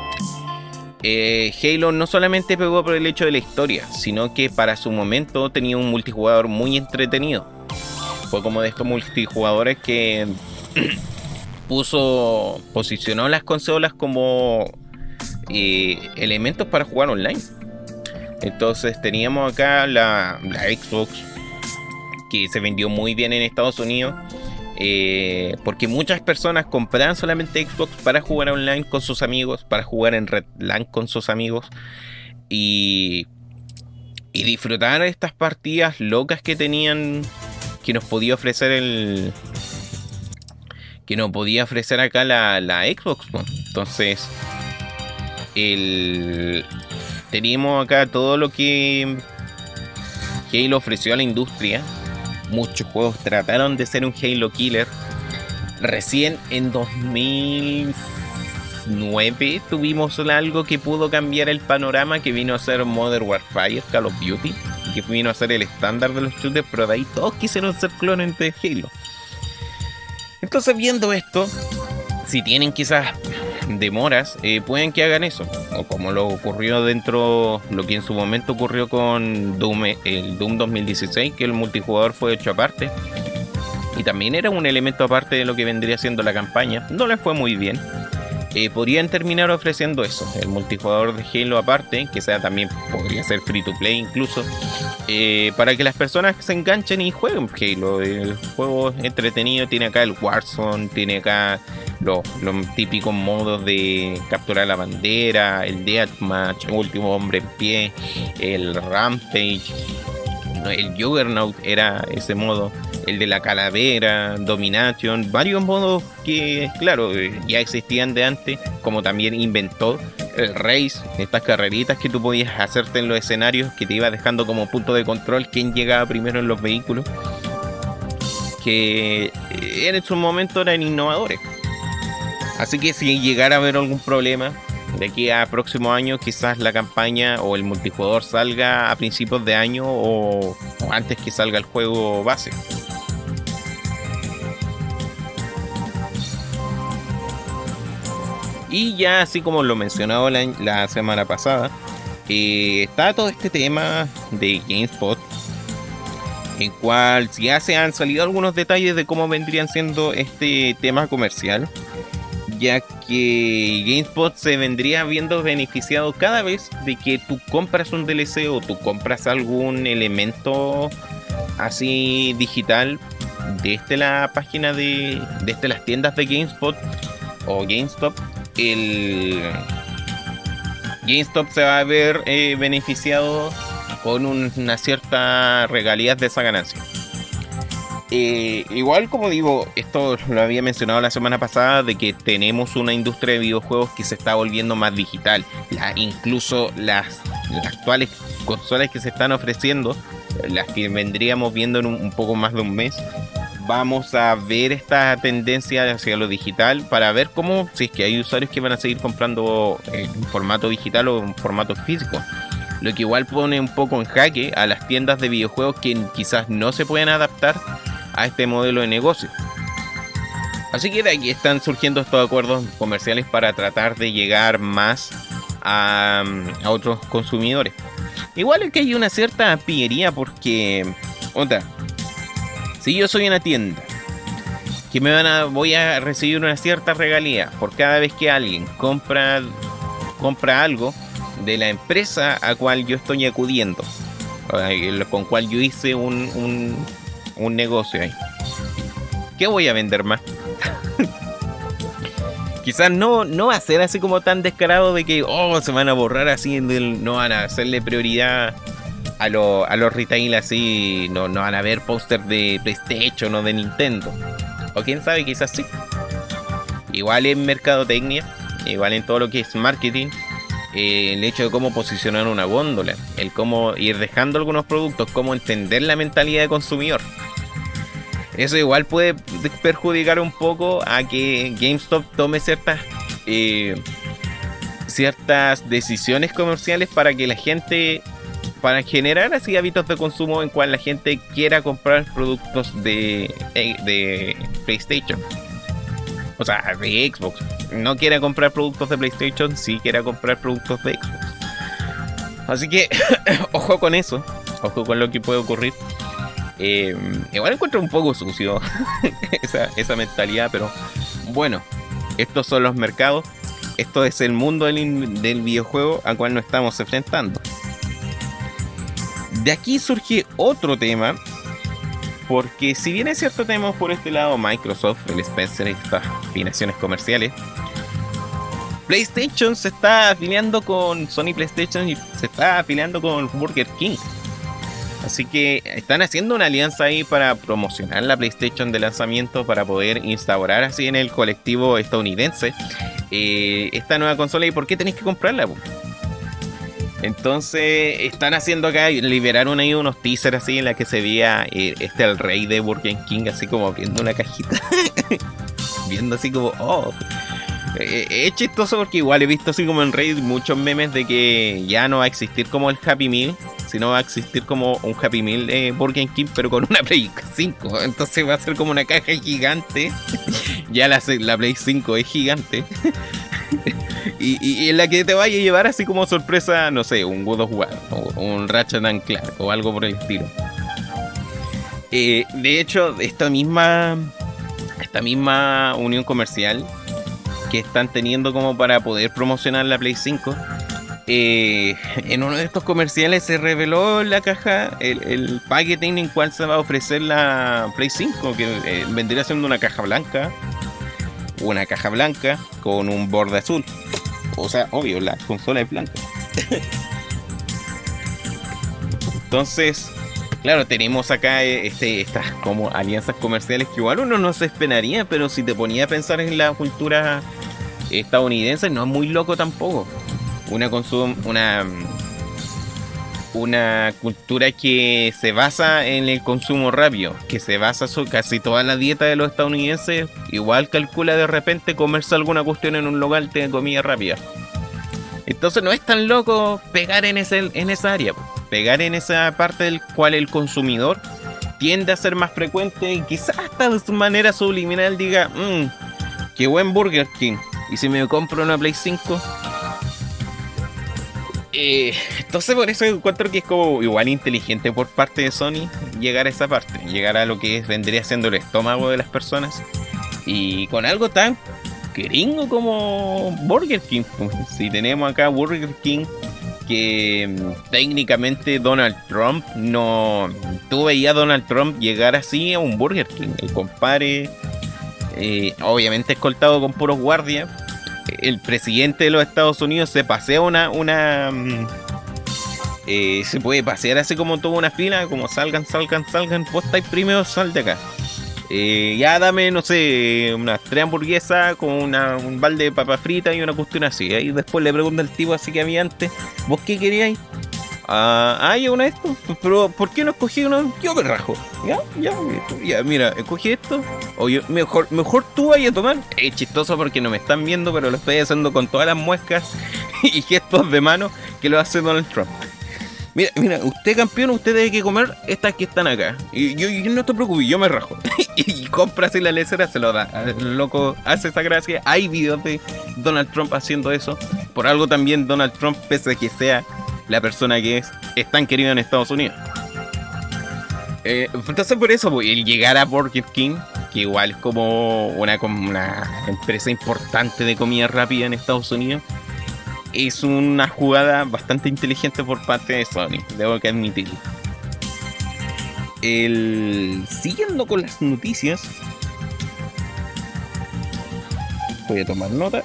Halo no solamente pegó por el hecho de la historia, sino que para su momento tenía un multijugador muy entretenido. Fue como de estos multijugadores que posicionó las consolas como elementos para jugar online. Entonces teníamos acá la Xbox, que se vendió muy bien en Estados Unidos, porque muchas personas compraban solamente Xbox para jugar online con sus amigos, para jugar en Red LAN con sus amigos y disfrutar estas partidas locas que tenían, que nos podía ofrecer acá la Xbox. Entonces teníamos acá todo lo que Halo ofreció a la industria. Muchos juegos trataron de ser un Halo killer. Recién en 2009 tuvimos algo que pudo cambiar el panorama, que vino a ser Modern Warfare, Call of Duty, que vino a ser el estándar de los shooters, pero de ahí todos quisieron ser clones de Halo. Entonces, viendo esto, si tienen quizás demoras, pueden que hagan eso, o como lo ocurrió lo que en su momento ocurrió con Doom, el Doom 2016, que el multijugador fue hecho aparte y también era un elemento aparte de lo que vendría siendo la campaña. No les fue muy bien. Podrían terminar ofreciendo eso, el multijugador de Halo aparte, que sea también, podría ser free to play incluso, para que las personas se enganchen y jueguen Halo. El juego entretenido, tiene acá el Warzone, tiene acá los típicos modos de capturar la bandera, el Deathmatch, último hombre en pie, el Rampage, el Juggernaut era ese modo, el de la calavera, Domination, varios modos que, claro, ya existían de antes, como también inventó el Race, estas carreritas que tú podías hacerte en los escenarios, que te iba dejando como punto de control quién llegaba primero en los vehículos, que en su momento eran innovadores. Así que si llegara a haber algún problema de aquí a próximo año, quizás la campaña o el multijugador salga a principios de año o antes que salga el juego base. Y ya así como lo mencionaba la semana pasada, está todo este tema de GameSpot, en cual ya se han salido algunos detalles de cómo vendrían siendo este tema comercial, ya que GameSpot se vendría viendo beneficiado cada vez de que tú compras un DLC o tú compras algún elemento así digital desde la página desde las tiendas de GameSpot o GameStop. El GameStop se va a ver beneficiado con una cierta regalías de esa ganancia. Igual, como digo, esto lo había mencionado la semana pasada, de que tenemos una industria de videojuegos que se está volviendo más digital. Incluso las actuales consolas que se están ofreciendo, las que vendríamos viendo en un poco más de un mes, vamos a ver esta tendencia hacia lo digital, para ver cómo, si es que hay usuarios que van a seguir comprando en formato digital o en formato físico. Lo que igual pone un poco en jaque a las tiendas de videojuegos que quizás no se pueden adaptar a este modelo de negocio. Así que de aquí están surgiendo estos acuerdos comerciales para tratar de llegar más a otros consumidores. Igual es que hay una cierta pillería, porque si yo soy una tienda que voy a recibir una cierta regalía por cada vez que alguien compra algo de la empresa a cual yo estoy acudiendo, con cual yo hice un negocio ahí, ¿qué voy a vender más? Quizás no va a ser así como tan descarado de que se van a borrar así, no van a hacerle prioridad a los retail así, no van a ver póster de PlayStation o de Nintendo, o quién sabe, quizás sí. Igual en mercadotecnia, igual en todo lo que es marketing, el hecho de cómo posicionar una góndola, el cómo ir dejando algunos productos, cómo entender la mentalidad de consumidor. eso igual puede perjudicar un poco a que GameStop tome ciertas decisiones comerciales para que la gente, para generar así hábitos de consumo en cual la gente quiera comprar productos de PlayStation, o sea, de Xbox. No quiera comprar productos de PlayStation, sí quiera comprar productos de Xbox. Así que ojo con eso, ojo con lo que puede ocurrir. Igual encuentro un poco sucio esa mentalidad, pero bueno, estos son los mercados. Esto es el mundo del videojuego al cual nos estamos enfrentando. De aquí surge otro tema, porque si bien es cierto tenemos por este lado Microsoft, el Spencer y estas afiliaciones comerciales, PlayStation se está afiliando con Sony PlayStation y se está afiliando con Burger King. Así que están haciendo una alianza ahí para promocionar la PlayStation de lanzamiento, para poder instaurar así en el colectivo estadounidense esta nueva consola. ¿Y por qué tenéis que comprarla? Entonces están haciendo acá, liberaron ahí unos teasers así en la que se veía el rey de Burger King así como abriendo una cajita. Viendo así como, oh. Es chistoso porque igual he visto así como en Reddit muchos memes de que ya no va a existir como el Happy Meal, sino va a existir como un Happy Meal de Burger King pero con una Play 5. Entonces va a ser como una caja gigante. Ya la Play 5 es gigante. y en la que te vaya a llevar así como sorpresa, no sé, un God of War o un Ratchet & Clank o algo por el estilo. De hecho, esta misma unión comercial que están teniendo como para poder promocionar la Play 5, en uno de estos comerciales se reveló la caja, el packaging en cual se va a ofrecer la Play 5, que vendría siendo una caja blanca con un borde azul. O sea, obvio, la consola es blanca. Entonces, claro, tenemos acá estas como alianzas comerciales que igual uno no se esperaría, pero si te ponía a pensar en la cultura estadounidense, no es muy loco tampoco. Una cultura que se basa en el consumo rápido, que se basa casi toda la dieta de los estadounidenses, igual calcula de repente comerse alguna cuestión en un local de comida rápida. Entonces no es tan loco pegar en esa área, pegar en esa parte del cual el consumidor tiende a ser más frecuente y quizás hasta de su manera subliminal diga, qué buen Burger King, y si me compro una Play 5. Entonces por eso encuentro que es como igual inteligente por parte de Sony llegar a esa parte, llegar a lo que vendría siendo el estómago de las personas, y con algo tan gringo como Burger King. Si tenemos acá Burger King, que técnicamente Donald Trump no... Tú veías a Donald Trump llegar así a un Burger King, el compadre obviamente escoltado con puros guardias. El presidente de los Estados Unidos se pasea se puede pasear así como toda una fila, como salgan, vos estáis primero, sal de acá. Ya dame, no sé, unas 3 hamburguesas con un balde de papas fritas y una cuestión así. Y después le pregunta al tipo así que había antes, ¿vos qué queríais? Ya una de estos. Pero ¿por qué no escogí uno? Yo me rajo. Ya, mira, escogí esto. O yo, mejor tú vayas a tomar. Es chistoso porque no me están viendo, pero lo estoy haciendo con todas las muescas y gestos de mano que lo hace Donald Trump. Mira, usted campeón, usted debe que comer estas que están acá. Y yo no te preocupes, yo me rajo. Y compra así la lecera, se lo da. El loco hace esa gracia. Hay videos de Donald Trump haciendo eso. Por algo también Donald Trump, pese a que sea la persona que es tan querido en Estados Unidos. Entonces por eso, el llegar a Burger King, que igual es como una empresa importante de comida rápida en Estados Unidos, es una jugada bastante inteligente por parte de Sony, debo que admitirlo. Siguiendo con las noticias, voy a tomar nota.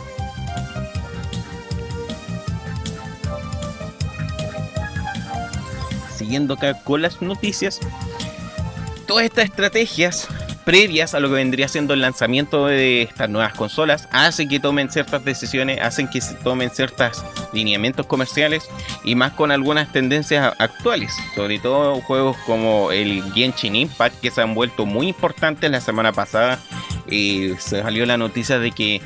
Siguiendo acá con las noticias, todas estas estrategias previas a lo que vendría siendo el lanzamiento de estas nuevas consolas, hacen que tomen ciertas decisiones, hacen que se tomen ciertos lineamientos comerciales y más con algunas tendencias actuales, sobre todo juegos como el Genshin Impact, que se han vuelto muy importantes. La semana pasada se salió la noticia de que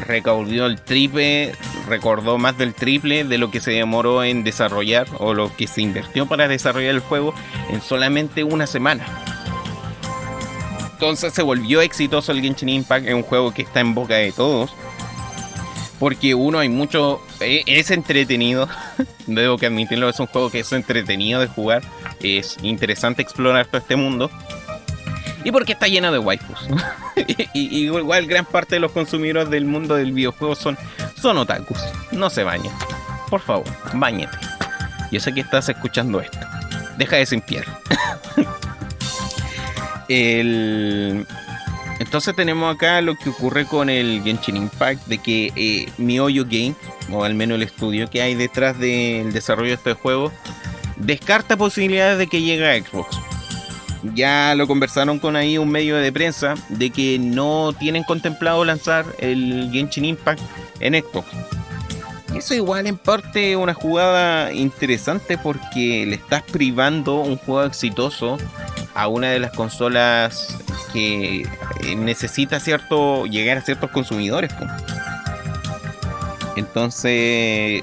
recordó más del triple de lo que se demoró en desarrollar o lo que se invirtió para desarrollar el juego en solamente una semana. Entonces se volvió exitoso el Genshin Impact, es un juego que está en boca de todos. Porque es entretenido, debo que admitirlo, es un juego que es entretenido de jugar, es interesante explorar todo este mundo. Y porque está lleno de waifus. y igual gran parte de los consumidores del mundo del videojuego son otakus, no se bañen. Por favor, báñate. Yo sé que estás escuchando esto, deja de simpiar. Entonces tenemos acá lo que ocurre con el Genshin Impact, de que MiHoYo Game, o al menos el estudio que hay detrás del desarrollo de este juego, descarta posibilidades de que llegue a Xbox. Ya lo conversaron con ahí un medio de prensa de que no tienen contemplado lanzar el Genshin Impact en Xbox. Y eso igual en parte es una jugada interesante, porque le estás privando un juego exitoso a una de las consolas que necesita llegar a ciertos consumidores. Entonces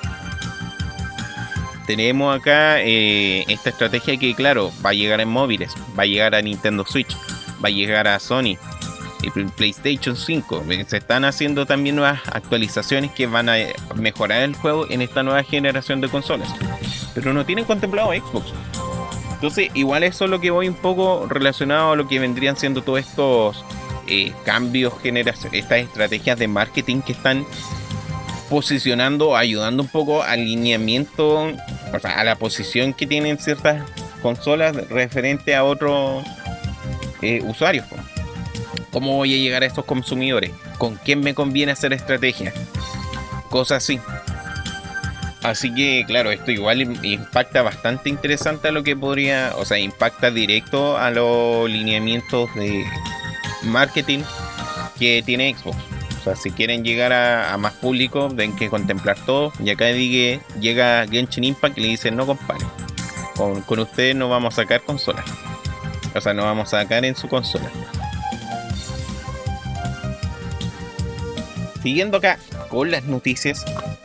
tenemos acá esta estrategia que, claro, va a llegar en móviles, va a llegar a Nintendo Switch, va a llegar a Sony y PlayStation 5. Se están haciendo también nuevas actualizaciones que van a mejorar el juego en esta nueva generación de consolas, pero no tienen contemplado Xbox. Entonces igual eso es lo que voy un poco relacionado a lo que vendrían siendo todos estos cambios, estas estrategias de marketing que están posicionando, ayudando un poco al alineamiento, o sea, a la posición que tienen ciertas consolas referente a otros usuarios. ¿Cómo voy a llegar a estos consumidores? ¿Con quién me conviene hacer estrategia? Cosas así. Así que, claro, esto igual impacta bastante interesante a lo que podría, o sea, impacta directo a los lineamientos de marketing que tiene Xbox. O sea, si quieren llegar a más público, tienen que contemplar todo. Y acá llega Genshin Impact y le dicen: no, compadre, con ustedes no vamos a sacar consola. O sea, no vamos a sacar en su consola. Siguiendo acá con las noticias,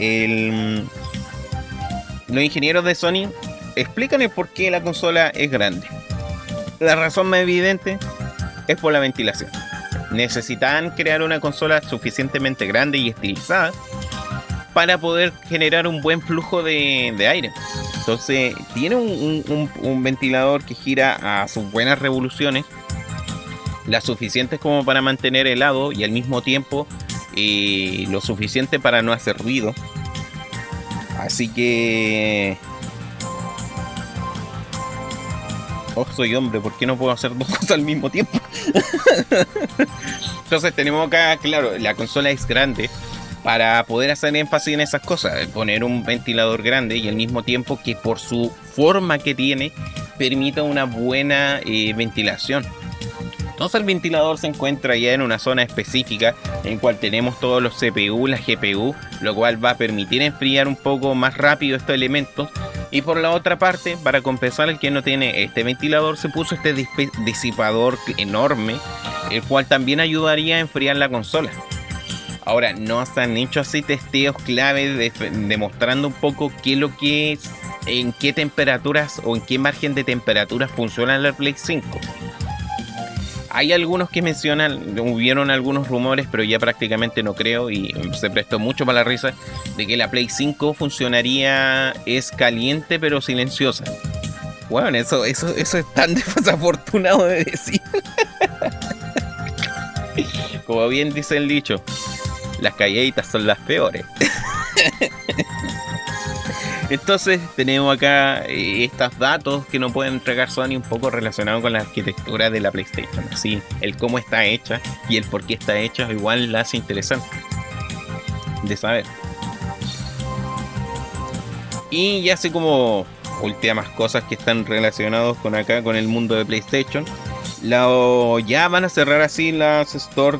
los ingenieros de Sony explican el por qué la consola es grande. La razón más evidente es por la ventilación. Necesitaban crear una consola suficientemente grande y estilizada para poder generar un buen flujo de aire. Entonces tiene un ventilador que gira a sus buenas revoluciones, las suficientes como para mantener helado y al mismo tiempo lo suficiente para no hacer ruido. Así que... soy hombre, ¿por qué no puedo hacer dos cosas al mismo tiempo? Entonces tenemos acá, claro, la consola es grande para poder hacer énfasis en esas cosas, poner un ventilador grande y al mismo tiempo que por su forma que tiene permita una buena ventilación. Entonces el ventilador se encuentra ya en una zona específica en cual tenemos todos los CPU, las GPU, lo cual va a permitir enfriar un poco más rápido estos elementos. Y por la otra parte, para compensar el que no tiene este ventilador, se puso este disipador enorme, el cual también ayudaría a enfriar la consola. Ahora, no se han hecho así testeos clave demostrando un poco qué es lo que es, en qué temperaturas o en qué margen de temperaturas funciona la Play 5. Hay algunos que mencionan, hubieron algunos rumores, pero ya prácticamente no creo, y se prestó mucho para la risa, de que la Play 5 funcionaría, es caliente pero silenciosa. Bueno, eso es tan desafortunado de decir. Como bien dice el dicho, las calladitas son las peores. Entonces tenemos acá estos datos que nos pueden entregar Sony un poco relacionados con la arquitectura de la PlayStation. Así, el cómo está hecha y el por qué está hecha igual la hace interesante de saber. Y ya así como últimas cosas que están relacionados con acá, con el mundo de PlayStation. Ya van a cerrar así las stores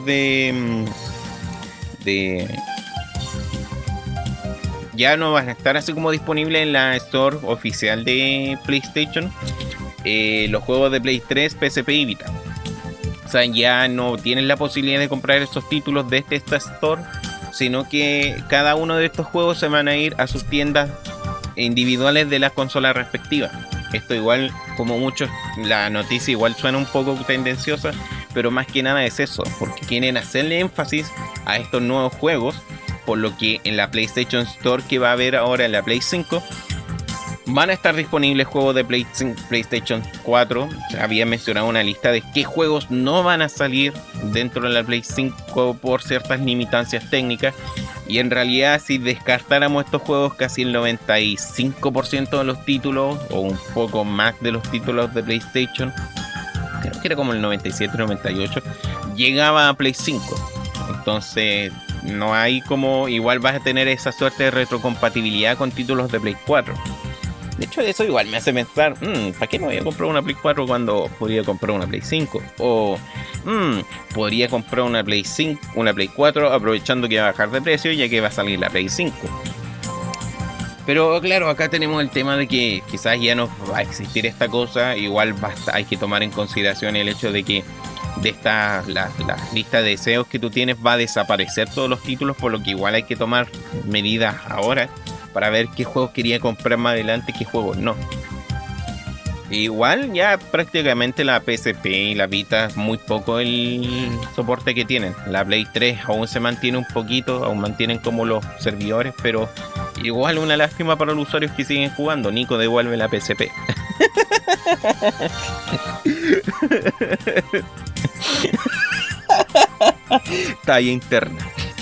ya no van a estar así como disponibles en la store oficial de PlayStation los juegos de Play 3, PSP y Vita. O sea, ya no tienen la posibilidad de comprar estos títulos desde esta store, sino que cada uno de estos juegos se van a ir a sus tiendas individuales de las consolas respectivas. Esto igual, como muchos, la noticia igual suena un poco tendenciosa, pero más que nada es eso, porque quieren hacerle énfasis a estos nuevos juegos, por lo que en la PlayStation Store que va a haber ahora en la Play 5 van a estar disponibles juegos de PlayStation 4. Había mencionado una lista de qué juegos no van a salir dentro de la Play 5 por ciertas limitancias técnicas. Y en realidad, si descartáramos estos juegos, casi el 95% de los títulos, o un poco más de los títulos de PlayStation, creo que era como el 97-98, llegaba a Play 5. Entonces, no hay como... Igual vas a tener esa suerte de retrocompatibilidad con títulos de Play 4. De hecho, eso igual me hace pensar, ¿para qué me voy a comprar una Play 4 cuando podría comprar una Play 5? O, podría comprar una Play 5, una Play 4 aprovechando que va a bajar de precio ya que va a salir la Play 5. Pero claro, acá tenemos el tema de que quizás ya no va a existir esta cosa. Igual hay que tomar en consideración el hecho de que de la lista de deseos que tú tienes va a desaparecer todos los títulos, por lo que igual hay que tomar medidas ahora para ver qué juegos quería comprar más adelante y qué juegos no. Igual ya prácticamente la PSP y la Vita es muy poco el soporte que tienen. La Play 3 aún se mantiene un poquito, aún mantienen como los servidores, pero igual una lástima para los usuarios que siguen jugando. Nico, devuelve la PSP. Talla interna.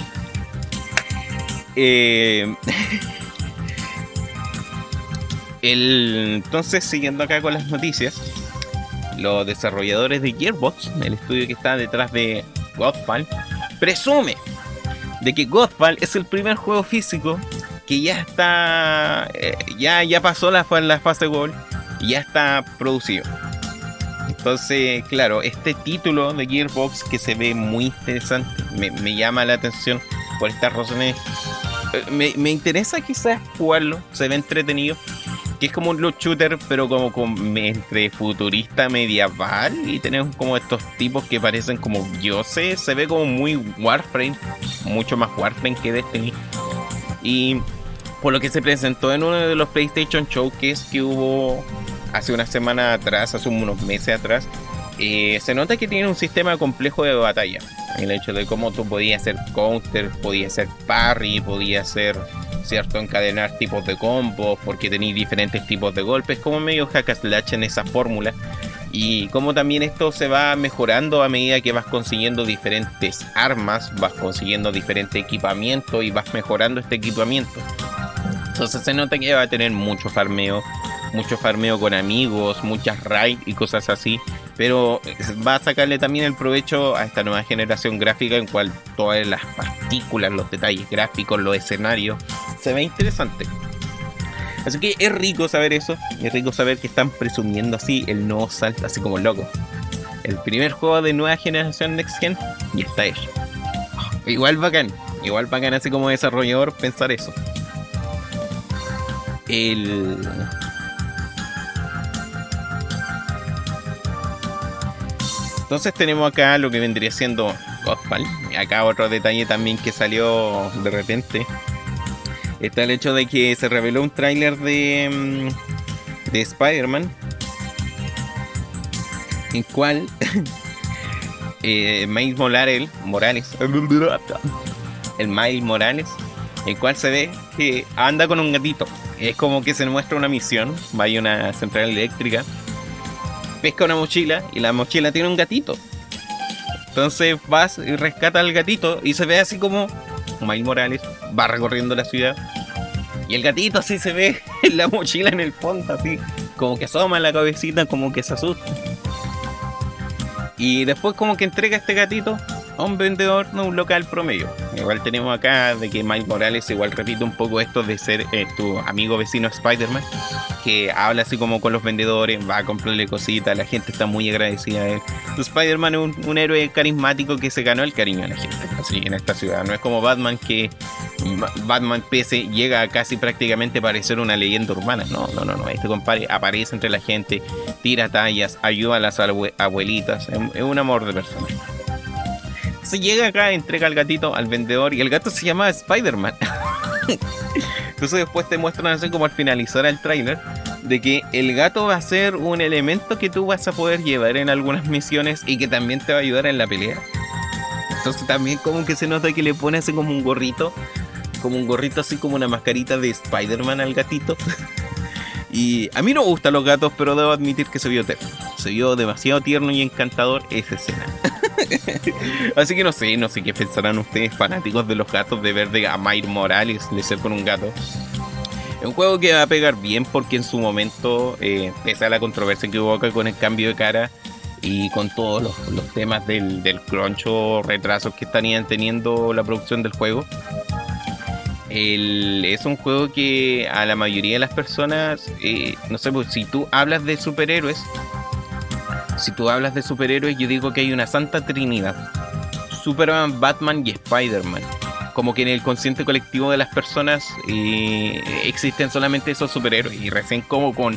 Entonces, siguiendo acá con las noticias, los desarrolladores de Gearbox, el estudio que está detrás de Godfall, presume de que Godfall es el primer juego físico que ya está, ya pasó la fase Gold y ya está producido. Entonces, claro, este título de Gearbox que se ve muy interesante, me llama la atención por estas razones. Me interesa quizás jugarlo, se ve entretenido. Que es como un loot shooter, pero como entre futurista medieval. Y tenemos como estos tipos que parecen como dioses. Se ve como muy Warframe, mucho más Warframe que Destiny. Y por lo que se presentó en uno de los PlayStation Showcase que hubo hace una semana atrás, hace unos meses atrás, se nota que tiene un sistema complejo de batalla. El hecho de cómo tú podías hacer counter, podías hacer parry, podías hacer, cierto, encadenar tipos de combos, porque tenéis diferentes tipos de golpes, como medio hack and slash en esa fórmula. Y como también esto se va mejorando a medida que vas consiguiendo diferentes armas, vas consiguiendo diferente equipamiento y vas mejorando este equipamiento. Entonces se nota que va a tener mucho farmeo con amigos, muchas raids y cosas así, pero va a sacarle también el provecho a esta nueva generación gráfica, en cual todas las partículas, los detalles gráficos, los escenarios, se ve interesante. Así que es rico saber eso, es rico saber que están presumiendo así el nuevo salto, así como loco. El primer juego de nueva generación Next Gen y está hecho. Igual bacán así como desarrollador pensar eso. Entonces tenemos acá lo que vendría siendo Godfall. Acá otro detalle también que salió de repente. Está el hecho de que se reveló un tráiler de Spider-Man, en cual Miles Morales, el cual se ve que anda con un gatito. Es como que se muestra una misión, va a una central eléctrica, pesca una mochila y la mochila tiene un gatito. Entonces vas y rescata al gatito y se ve así como Miles Morales va recorriendo la ciudad y el gatito así se ve en la mochila en el fondo, así como que asoma la cabecita, como que se asusta. Y después como que entrega este gatito a un vendedor de un local promedio. Igual tenemos acá de que Miles Morales igual repite un poco esto de ser tu amigo vecino Spider-Man, que habla así como con los vendedores, va a comprarle cositas, la gente está muy agradecida a él. Spider-Man es un héroe carismático que se ganó el cariño de la gente, así en esta ciudad. No es como Batman, que Batman pese llega a casi prácticamente parecer una leyenda urbana. No. Este compadre aparece entre la gente, tira tallas, ayuda a las abuelitas, es un amor de persona. Se llega acá, entrega al gatito al vendedor y el gato se llama Spider-Man. Entonces después te muestran así como al finalizar el tráiler de que el gato va a ser un elemento que tú vas a poder llevar en algunas misiones y que también te va a ayudar en la pelea. Entonces también como que se nota que le pone así como un gorrito así como una mascarita de Spider-Man al gatito. Y a mí no me gustan los gatos, pero debo admitir que se vio tierno. Se vio demasiado tierno y encantador esa escena. Así que no sé qué pensarán ustedes, fanáticos de los gatos, de ver a Miles Morales de ser con un gato. Es un juego que va a pegar bien porque en su momento, pese a la controversia que hubo acá con el cambio de cara y con todos los temas del crunch o retrasos que estarían teniendo la producción del juego, es un juego que a la mayoría de las personas, no sé, pues si tú hablas de superhéroes, yo digo que hay una santa trinidad: Superman, Batman y Spider-Man. Como que en el consciente colectivo de las personas existen solamente esos superhéroes, y recién como con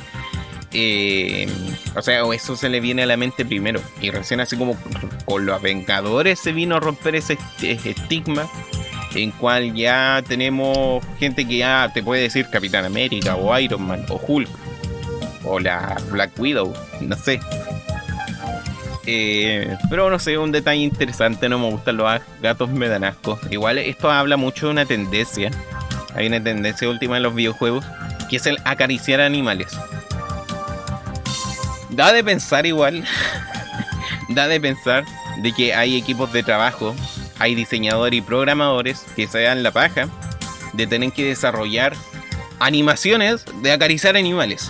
o eso se le viene a la mente primero, y recién así como con los Vengadores se vino a romper ese estigma en cual ya tenemos gente que ya te puede decir Capitán América o Iron Man o Hulk o la Black Widow, no sé. Pero no sé, un detalle interesante. No me gustan los gatos, me dan asco. Igual esto habla mucho de una tendencia. Hay una tendencia última en los videojuegos, que es el acariciar animales. Da de pensar igual. Da de pensar de que hay equipos de trabajo, hay diseñadores y programadores que se dan la paja de tener que desarrollar animaciones de acariciar animales.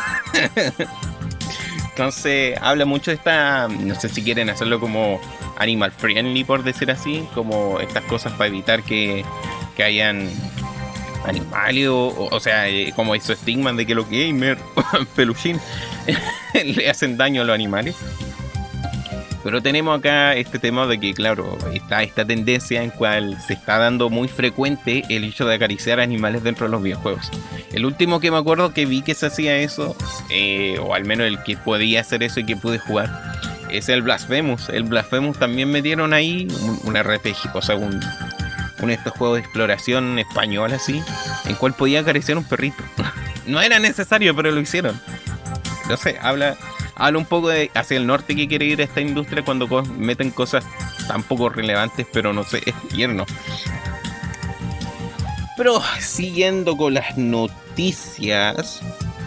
Entonces habla mucho de esta, no sé si quieren hacerlo como animal friendly, por decir así, como estas cosas para evitar que hayan animales o sea, como eso estigma de que los gamers peluchín le hacen daño a los animales. Pero tenemos acá este tema de que, claro, está esta tendencia en cual se está dando muy frecuente el hecho de acariciar animales dentro de los videojuegos. El último que me acuerdo que vi que se hacía eso, o al menos el que podía hacer eso y que pude jugar, es el Blasphemous. El Blasphemous también metieron ahí un RPG, o sea, un estos juegos de exploración español así, en cual podía acariciar un perrito. No era necesario, pero lo hicieron. No sé, habla un poco de hacia el norte que quiere ir esta industria cuando meten cosas tan poco relevantes, pero no sé, es tierno. Pero siguiendo con las noticias,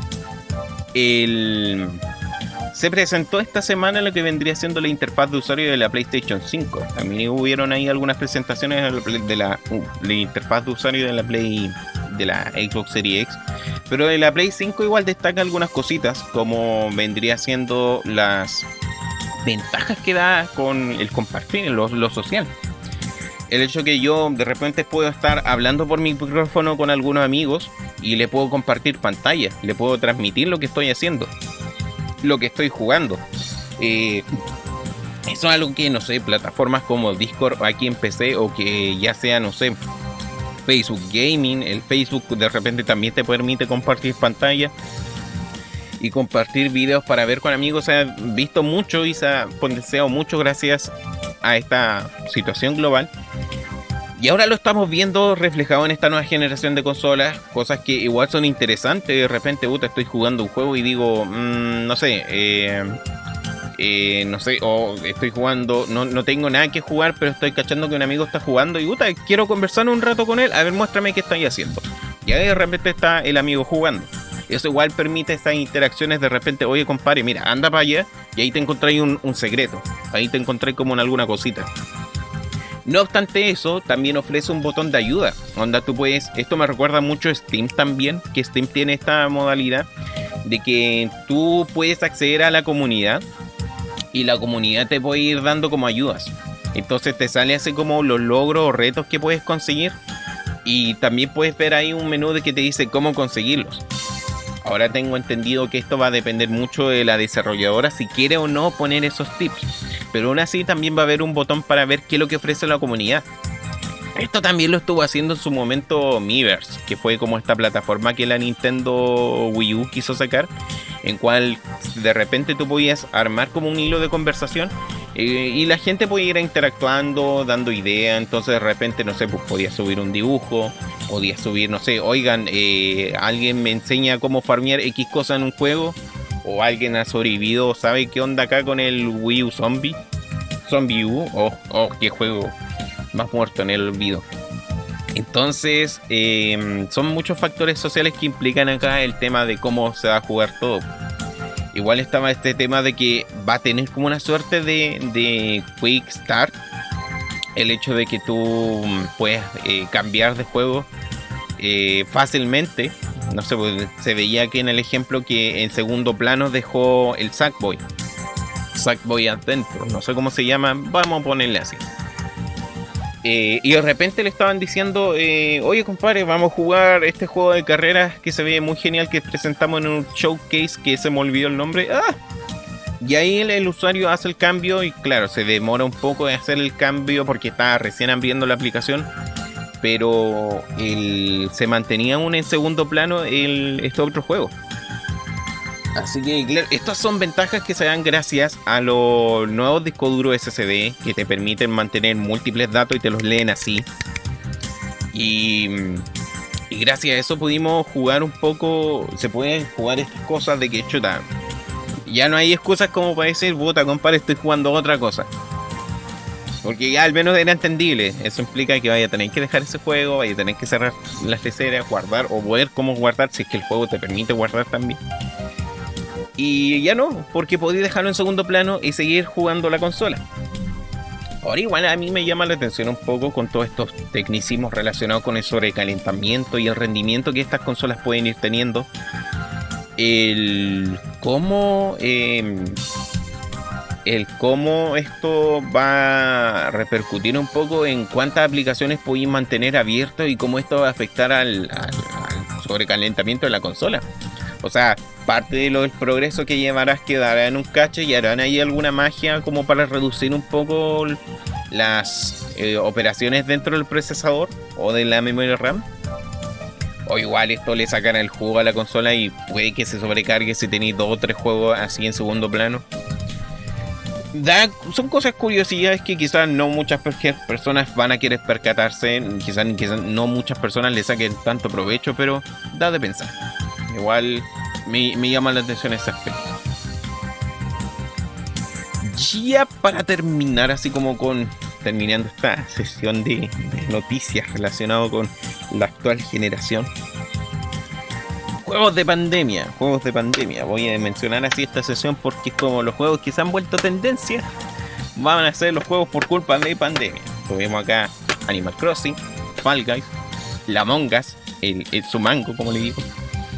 se presentó esta semana lo que vendría siendo la interfaz de usuario de la PlayStation 5. También hubieron ahí algunas presentaciones de la interfaz de usuario de la Xbox Series X. Pero en la Play 5 igual destaca algunas cositas, como vendría siendo las ventajas que da con el compartir, lo social. El hecho que yo de repente puedo estar hablando por mi micrófono con algunos amigos y le puedo compartir pantalla, le puedo transmitir lo que estoy haciendo, lo que estoy jugando. Eso es algo que, no sé, plataformas como Discord aquí en PC, o que ya sea, no sé, Facebook Gaming, el Facebook de repente también te permite compartir pantalla y compartir videos para ver con amigos. Se ha visto mucho y se ha potenciado mucho gracias a esta situación global. Y ahora lo estamos viendo reflejado en esta nueva generación de consolas, cosas que igual son interesantes. De repente, estoy jugando un juego y digo, no sé, o estoy jugando, no tengo nada que jugar, pero estoy cachando que un amigo está jugando y quiero conversar un rato con él, a ver, muéstrame qué estáis haciendo. Y ahí de repente está el amigo jugando. Eso igual permite esas interacciones. De repente, oye compadre, mira, anda para allá, y ahí te encontré un secreto, ahí te encontré como en alguna cosita. No obstante eso, también ofrece un botón de ayuda, donde tú puedes, esto me recuerda mucho a Steam también, que Steam tiene esta modalidad de que tú puedes acceder a la comunidad y la comunidad te puede ir dando como ayudas. Entonces te sale así como los logros o retos que puedes conseguir. Y también puedes ver ahí un menú de que te dice cómo conseguirlos. Ahora tengo entendido que esto va a depender mucho de la desarrolladora si quiere o no poner esos tips. Pero aún así también va a haber un botón para ver qué es lo que ofrece la comunidad. Esto también lo estuvo haciendo en su momento Miiverse, que fue como esta plataforma que la Nintendo Wii U quiso sacar, en cual de repente tú podías armar como un hilo de conversación y la gente podía ir interactuando, dando ideas. Entonces de repente, no sé, pues podías subir un dibujo, podías subir, no sé, oigan, alguien me enseña cómo farmear X cosa en un juego, o alguien ha sobrevivido, ¿sabe qué onda acá con el Wii U Zombie U? Oh, qué juego más muerto en el olvido. Entonces son muchos factores sociales que implican acá el tema de cómo se va a jugar todo. Igual estaba este tema de que va a tener como una suerte de Quick Start, el hecho de que tú puedes cambiar de juego fácilmente. No sé, pues, se veía aquí en el ejemplo que en segundo plano dejó el Sackboy Adventure, no sé cómo se llama, vamos a ponerle así. Y de repente le estaban diciendo, oye compadre, vamos a jugar este juego de carreras que se ve muy genial, que presentamos en un showcase que se me olvidó el nombre. Y ahí el usuario hace el cambio y claro, se demora un poco de hacer el cambio porque está recién abriendo la aplicación, pero se mantenía aún en segundo plano este otro juego. Así que claro, estas son ventajas que se dan gracias a los nuevos discos duros SSD que te permiten mantener múltiples datos y te los leen así. Y gracias a eso pudimos jugar un poco. Se pueden jugar estas cosas de que chuta, ya no hay excusas como para decir, puta compadre, estoy jugando otra cosa. Porque ya al menos era entendible. Eso implica que vaya a tener que dejar ese juego, vaya a tener que cerrar las leceras, guardar o ver cómo guardar si es que el juego te permite guardar también. Y ya no, porque podía dejarlo en segundo plano y seguir jugando la consola. Ahora igual a mí me llama la atención un poco con todos estos tecnicismos relacionados con el sobrecalentamiento y el rendimiento que estas consolas pueden ir teniendo. El cómo esto va a repercutir un poco en cuántas aplicaciones podéis mantener abiertas y cómo esto va a afectar al sobrecalentamiento de la consola. O sea, parte de del progreso que llevarás quedará en un cache y harán ahí alguna magia como para reducir un poco las operaciones dentro del procesador o de la memoria RAM. O igual esto le sacan el juego a la consola y puede que se sobrecargue si tenéis 2 o 3 juegos así en segundo plano. Son cosas, curiosidades que quizás no muchas personas van a querer percatarse, quizás no muchas personas le saquen tanto provecho, pero da de pensar. Igual me llama la atención ese aspecto. Ya para terminar, así como terminando esta sesión de noticias relacionado con la actual generación. Juegos de pandemia. Voy a mencionar así esta sesión porque es como los juegos que se han vuelto tendencia van a ser los juegos por culpa de pandemia. Tuvimos acá Animal Crossing, Fall Guys, la Among Us, el Sumango, como le digo.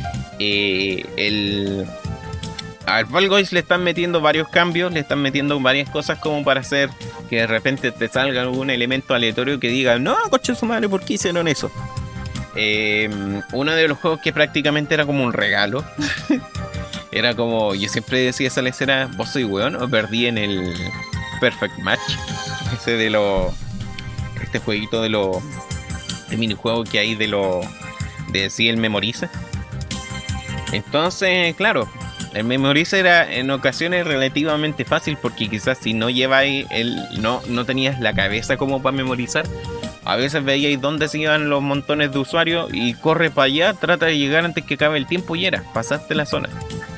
Al Fall Guys le están metiendo varios cambios, le están metiendo varias cosas como para hacer que de repente te salga algún elemento aleatorio que diga, no, coche su madre, ¿por qué hicieron eso? Uno de los juegos que prácticamente era como un regalo. Era como, yo siempre decía esa lecera, vos soy weón o perdí en el Perfect Match. Ese este jueguito de minijuego que hay de si el memoriza. Entonces, claro, el memoriza era en ocasiones relativamente fácil porque quizás si no lleváis no tenías la cabeza como para memorizar. A veces veíais dónde se iban los montones de usuarios y corre para allá, trata de llegar antes que acabe el tiempo y pasaste la zona.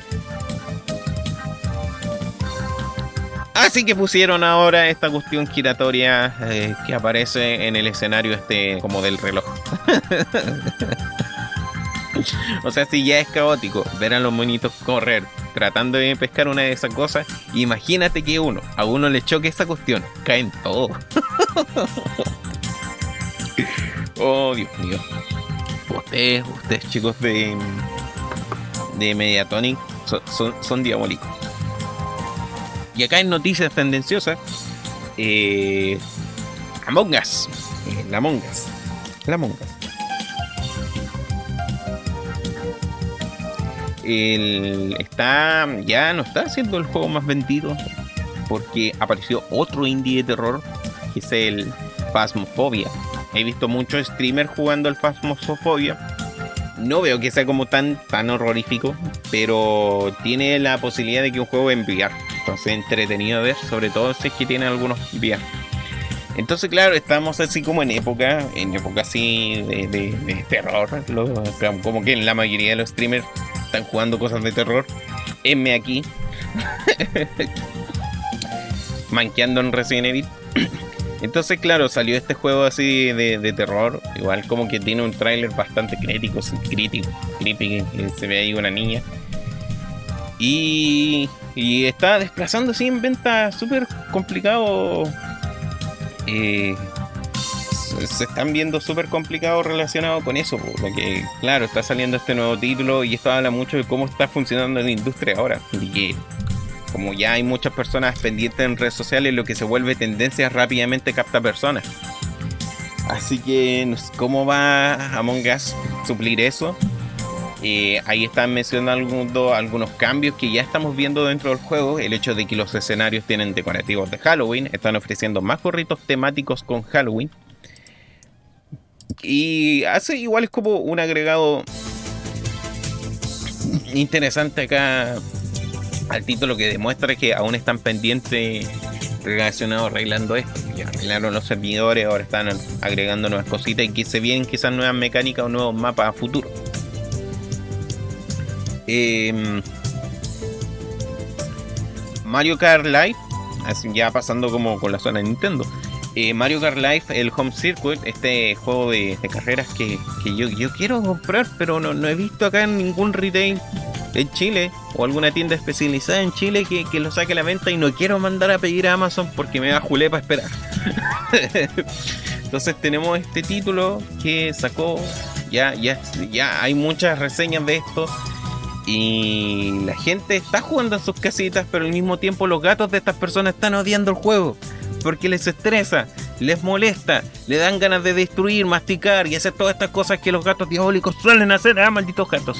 Así que pusieron ahora esta cuestión giratoria que aparece en el escenario como del reloj. O sea, si ya es caótico ver a los monitos correr tratando de pescar una de esas cosas, imagínate que a uno le choque esa cuestión, caen todos. Oh, Dios mío. Ustedes chicos de Mediatonic son diabólicos. Y acá en noticias tendenciosas Among Us. La Among Us. La Among Us. Ya no está siendo el juego más vendido porque apareció otro indie de terror que es el Phasmophobia. He visto muchos streamers jugando al Phasmophobia. No veo que sea como tan horrorífico, pero tiene la posibilidad de que un juego VR. Entonces entretenido de ver, sobre todo si es que tiene algunos VR. Entonces claro, estamos así como en época así de terror. Como que la mayoría de los streamers están jugando cosas de terror. Heme aquí. Manqueando en Resident Evil. Entonces claro, salió este juego así de terror. Igual como que tiene un tráiler bastante crítico, creepy, que se ve ahí una niña. Y está desplazando así en venta súper complicado. Se están viendo súper complicados relacionados con eso, porque claro, está saliendo este nuevo título y esto habla mucho de cómo está funcionando la industria ahora, y que como ya hay muchas personas pendientes en redes sociales, lo que se vuelve tendencia rápidamente capta personas. Así que no sé cómo va Among Us suplir eso. Ahí están mencionando algunos cambios que ya estamos viendo dentro del juego. El hecho de que los escenarios tienen decorativos de Halloween, están ofreciendo más gorritos temáticos con Halloween. Y hace igual, es como un agregado interesante acá al título, que demuestra que aún están pendientes relacionados arreglando esto. Ya arreglaron los servidores, ahora están agregando nuevas cositas y que se vienen quizás nuevas mecánicas o nuevos mapas a futuro. Mario Kart Live, así ya pasando como con la zona de Nintendo. Mario Kart Live, el Home Circuit, este juego de carreras que yo quiero comprar, pero no he visto acá en ningún retail en Chile o alguna tienda especializada en Chile que lo saque a la venta, y no quiero mandar a pedir a Amazon porque me da julé para esperar. Entonces tenemos este título que sacó, ya hay muchas reseñas de esto. Y la gente está jugando en sus casitas, pero al mismo tiempo los gatos de estas personas están odiando el juego porque les estresa, les molesta, le dan ganas de destruir, masticar y hacer todas estas cosas que los gatos diabólicos suelen hacer. Malditos gatos.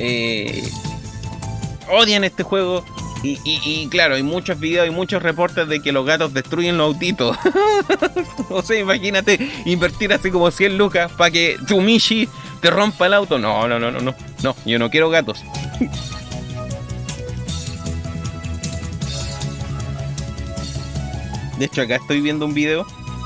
Odian este juego. Y claro, hay muchos videos y muchos reportes de que los gatos destruyen los autitos. O sea, imagínate invertir así como 100 lucas para que tu Michi te rompa el auto. No, yo no quiero gatos. De hecho, acá estoy viendo un video.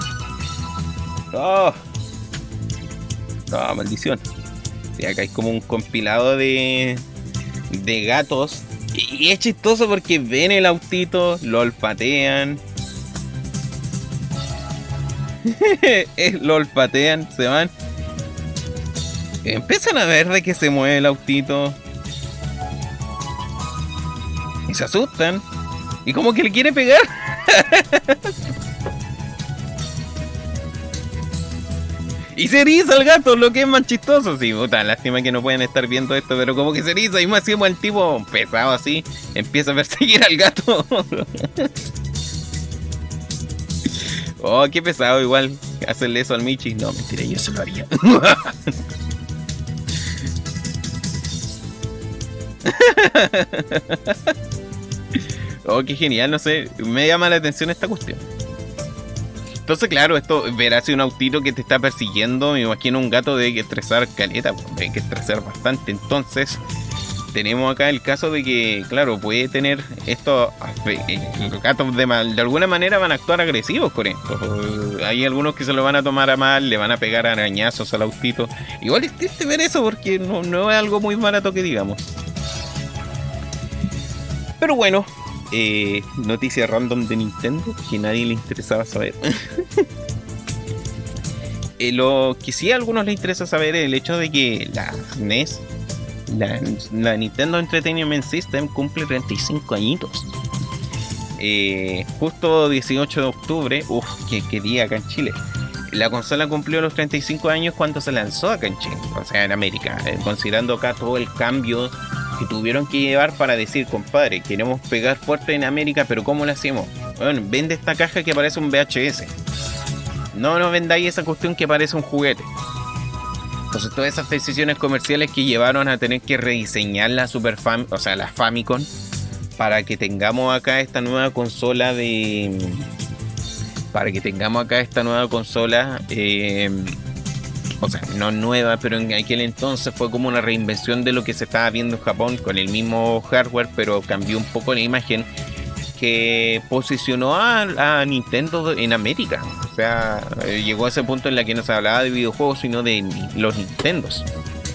¡Oh! ¡Oh, maldición! Sí, acá hay como un compilado de gatos. Y es chistoso porque ven el autito, lo olfatean. Lo olfatean, se van. Empiezan a ver de que se mueve el autito. Y se asustan. Y como que le quiere pegar. Y se eriza el gato, lo que es más chistoso. Sí, puta, lástima que no pueden estar viendo esto, pero como que se eriza. Y más encima el tipo pesado así empieza a perseguir al gato. Oh, qué pesado igual hacerle eso al Michi. No, mentira, yo se lo haría. Oh, qué genial, no sé, me llama la atención esta cuestión. Entonces, claro, esto, ver así un autito que te está persiguiendo, me imagino un gato de que estresar caleta, hay que estresar bastante. Entonces, tenemos acá el caso de que, claro, puede tener esto, los gatos de alguna manera van a actuar agresivos con esto. Hay algunos que se lo van a tomar a mal, le van a pegar arañazos al autito. Igual es triste ver eso porque no es algo muy barato que digamos. Pero bueno, noticia random de Nintendo que nadie le interesaba saber. Lo que sí a algunos les interesa saber es el hecho de que la NES, la Nintendo Entertainment System, cumple 35 añitos. Justo 18 de octubre, qué día acá en Chile. La consola cumplió los 35 años cuando se lanzó acá en Chile, o sea, en América, considerando acá todo el cambio que tuvieron que llevar para decir, compadre, queremos pegar fuerte en América, pero ¿cómo lo hacemos? Bueno, vende esta caja que parece un VHS. No vendáis esa cuestión que parece un juguete. Entonces todas esas decisiones comerciales que llevaron a tener que rediseñar la la Famicom, para que tengamos acá esta nueva consola o sea, no nueva, pero en aquel entonces fue como una reinvención de lo que se estaba viendo en Japón con el mismo hardware, pero cambió un poco la imagen, que posicionó a Nintendo en América. O sea, llegó a ese punto en la que no se hablaba de videojuegos, sino de los Nintendos.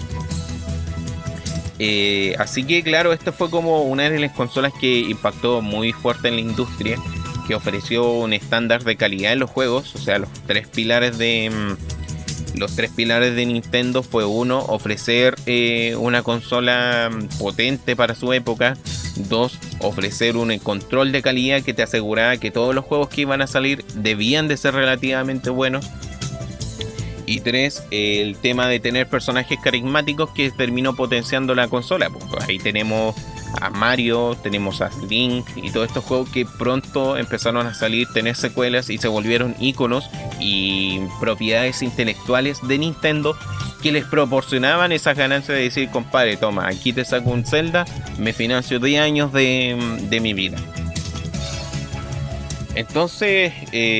Así que claro, esta fue como una de las consolas que impactó muy fuerte en la industria, que ofreció un estándar de calidad en los juegos. O sea, los tres pilares de Nintendo fue: uno, ofrecer una consola potente para su época; dos, ofrecer un control de calidad que te aseguraba que todos los juegos que iban a salir debían de ser relativamente buenos; y tres, el tema de tener personajes carismáticos, que terminó potenciando la consola. Pues ahí tenemos a Mario, tenemos a Link y todos estos juegos que pronto empezaron a salir, tener secuelas y se volvieron íconos y propiedades intelectuales de Nintendo, que les proporcionaban esas ganancias de decir: compadre, toma, aquí te saco un Zelda, me financio 10 años de mi vida. Entonces,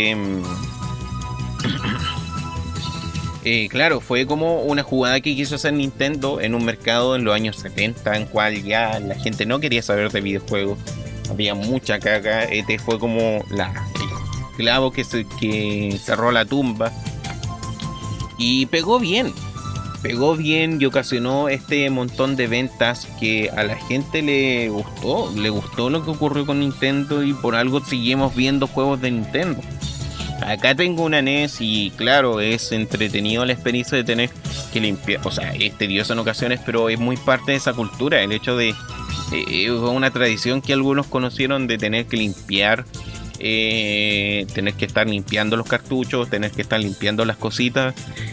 claro, fue como una jugada que quiso hacer Nintendo en un mercado en los años 70, en cual ya la gente no quería saber de videojuegos, había mucha caca. Este fue como el clavo que cerró la tumba, y pegó bien y ocasionó este montón de ventas que a la gente le gustó lo que ocurrió con Nintendo, y por algo seguimos viendo juegos de Nintendo. Acá tengo una NES y claro, es entretenido la experiencia de tener que limpiar. O sea, es tedioso en ocasiones, pero es muy parte de esa cultura. El hecho de es una tradición que algunos conocieron, de tener que limpiar, tener que estar limpiando los cartuchos, tener que estar limpiando las cositas,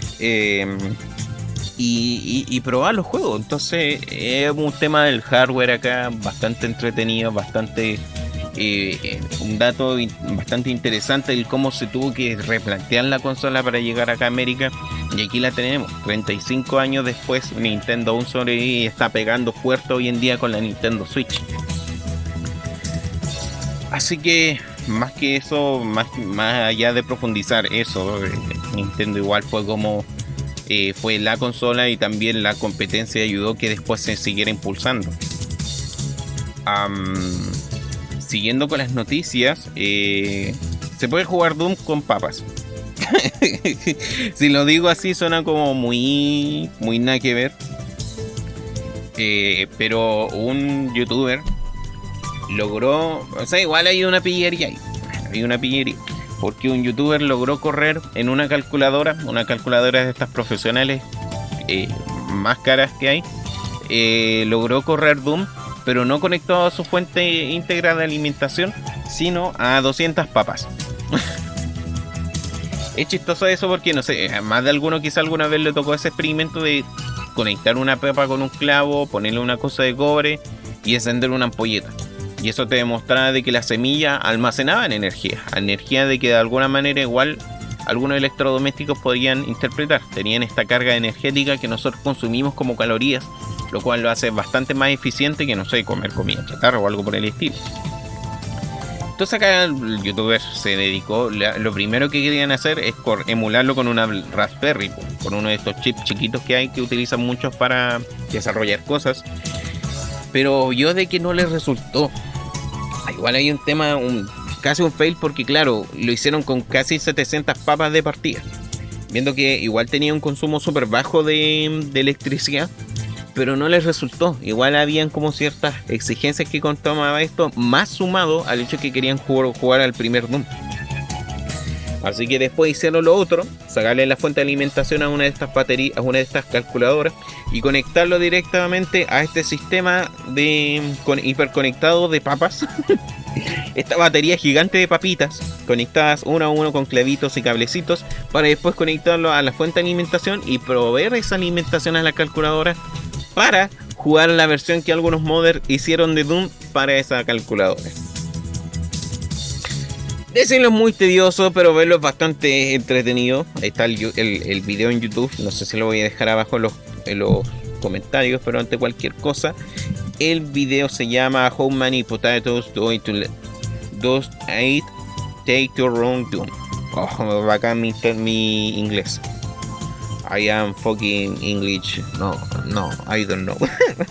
y probar los juegos. Entonces es un tema del hardware acá bastante entretenido, bastante... un dato bastante interesante, el cómo se tuvo que replantear la consola para llegar acá a América, y aquí la tenemos 35 años después. Nintendo aún sobrevive y está pegando fuerte hoy en día con la Nintendo Switch. Así que más que eso, más allá de profundizar eso, Nintendo igual fue como fue la consola, y también la competencia ayudó que después se siguiera impulsando. Siguiendo con las noticias, se puede jugar Doom con papas. Si lo digo así suena como muy nada que ver, pero un youtuber logró, o sea, igual hay una pillería ahí, porque un youtuber logró correr en una calculadora de estas profesionales más caras que hay, logró correr Doom, pero no conectado a su fuente íntegra de alimentación, sino a 200 papas. Es chistoso eso porque, no sé, a más de alguno quizá alguna vez le tocó ese experimento de conectar una papa con un clavo, ponerle una cosa de cobre y encender una ampolleta. Y eso te demostraba de que las semillas almacenaban energía de que de alguna manera igual algunos electrodomésticos podían interpretar. Tenían esta carga energética que nosotros consumimos como calorías, lo cual lo hace bastante más eficiente que, no sé, comer comida chatarra o algo por el estilo. Entonces acá el youtuber se dedicó, lo primero que querían hacer es emularlo con una Raspberry, con uno de estos chips chiquitos que hay, que utilizan muchos para desarrollar cosas, pero vio de que no les resultó. Igual hay un tema, casi un fail, porque claro, lo hicieron con casi 700 papas de partida, viendo que igual tenía un consumo súper bajo de electricidad, pero no les resultó. Igual habían como ciertas exigencias que tomaba esto, más sumado al hecho que querían jugar al primer Doom. Así que después hicieron lo otro, sacarle la fuente de alimentación a una de estas baterías, a una de estas calculadoras, y conectarlo directamente a este sistema hiperconectado de papas. Esta batería gigante de papitas, conectadas uno a uno con clavitos y cablecitos, para después conectarlo a la fuente de alimentación y proveer esa alimentación a la calculadora para jugar la versión que algunos modders hicieron de Doom para esa calculadora. Decirlo es muy tedioso, pero verlo es bastante entretenido. Ahí está el video en YouTube. No sé si lo voy a dejar abajo en los comentarios, pero ante cualquier cosa, el video se llama How Many Potatoes Does It Take to Run Doom. Oh, bacán mi inglés. I am fucking English. No, I don't know.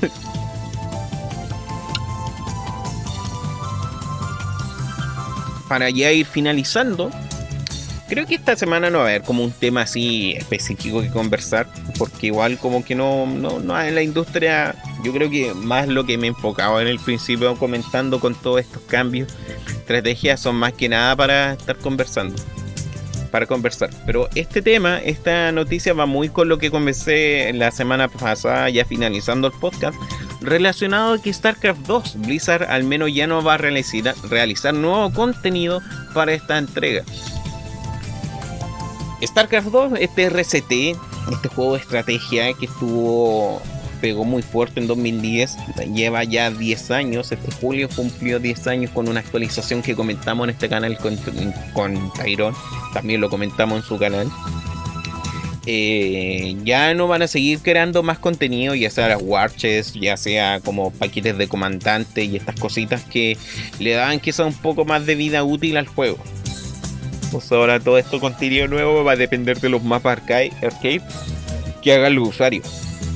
Para ya ir finalizando, creo que esta semana no va a haber como un tema así específico que conversar, porque igual como que no en la industria, yo creo que más lo que me enfocaba en el principio comentando con todos estos cambios, estrategias son más que nada para estar conversando, para conversar. Pero esta noticia va muy con lo que conversé la semana pasada, ya finalizando el podcast, relacionado a que StarCraft 2, Blizzard al menos ya no va a realizar nuevo contenido para esta entrega. StarCraft 2, este RCT, este juego de estrategia que pegó muy fuerte en 2010, lleva ya 10 años, este julio cumplió 10 años con una actualización que comentamos en este canal con Tyrone, también lo comentamos en su canal. Ya no van a seguir creando más contenido, ya sea las Warches, ya sea como paquetes de comandante y estas cositas que le dan quizá un poco más de vida útil al juego. Pues ahora todo esto contenido nuevo va a depender de los mapas arcade que hagan los usuarios.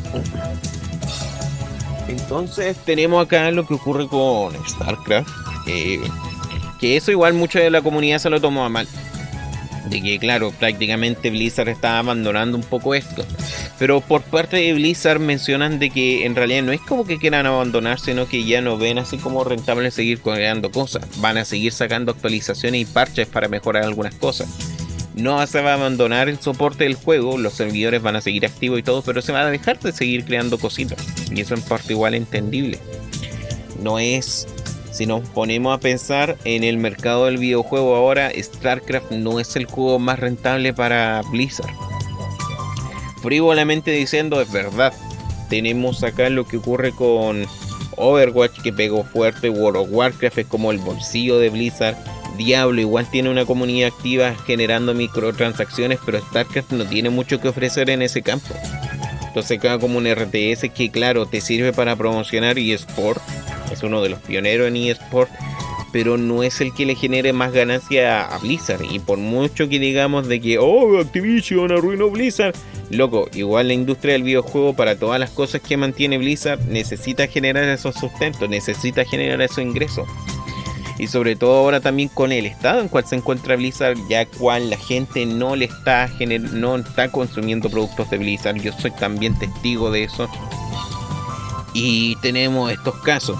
Entonces tenemos acá lo que ocurre con StarCraft, que eso igual mucha de la comunidad se lo tomó a mal, de que claro, prácticamente Blizzard está abandonando un poco esto, pero por parte de Blizzard mencionan de que en realidad no es como que quieran abandonar, sino que ya no ven así como rentable seguir creando cosas, van a seguir sacando actualizaciones y parches para mejorar algunas cosas. No se va a abandonar el soporte del juego, los servidores van a seguir activos y todo, pero se va a dejar de seguir creando cositas, y eso en parte igual entendible. No es... Si nos ponemos a pensar en el mercado del videojuego ahora, StarCraft no es el juego más rentable para Blizzard. Frívolamente diciendo, es verdad. Tenemos acá lo que ocurre con Overwatch, que pegó fuerte. World of Warcraft es como el bolsillo de Blizzard. Diablo igual tiene una comunidad activa generando microtransacciones, pero StarCraft no tiene mucho que ofrecer en ese campo. Entonces queda como un RTS que claro, te sirve para promocionar eSport. Es uno de los pioneros en eSport, pero no es el que le genere más ganancia a Blizzard. Y por mucho que digamos de que Activision arruinó Blizzard, loco, igual la industria del videojuego, para todas las cosas que mantiene Blizzard, necesita generar esos sustentos, necesita generar esos ingresos. Y sobre todo ahora también con el estado en cual se encuentra Blizzard, ya cual la gente no está consumiendo productos de Blizzard. Yo soy también testigo de eso. Y tenemos estos casos.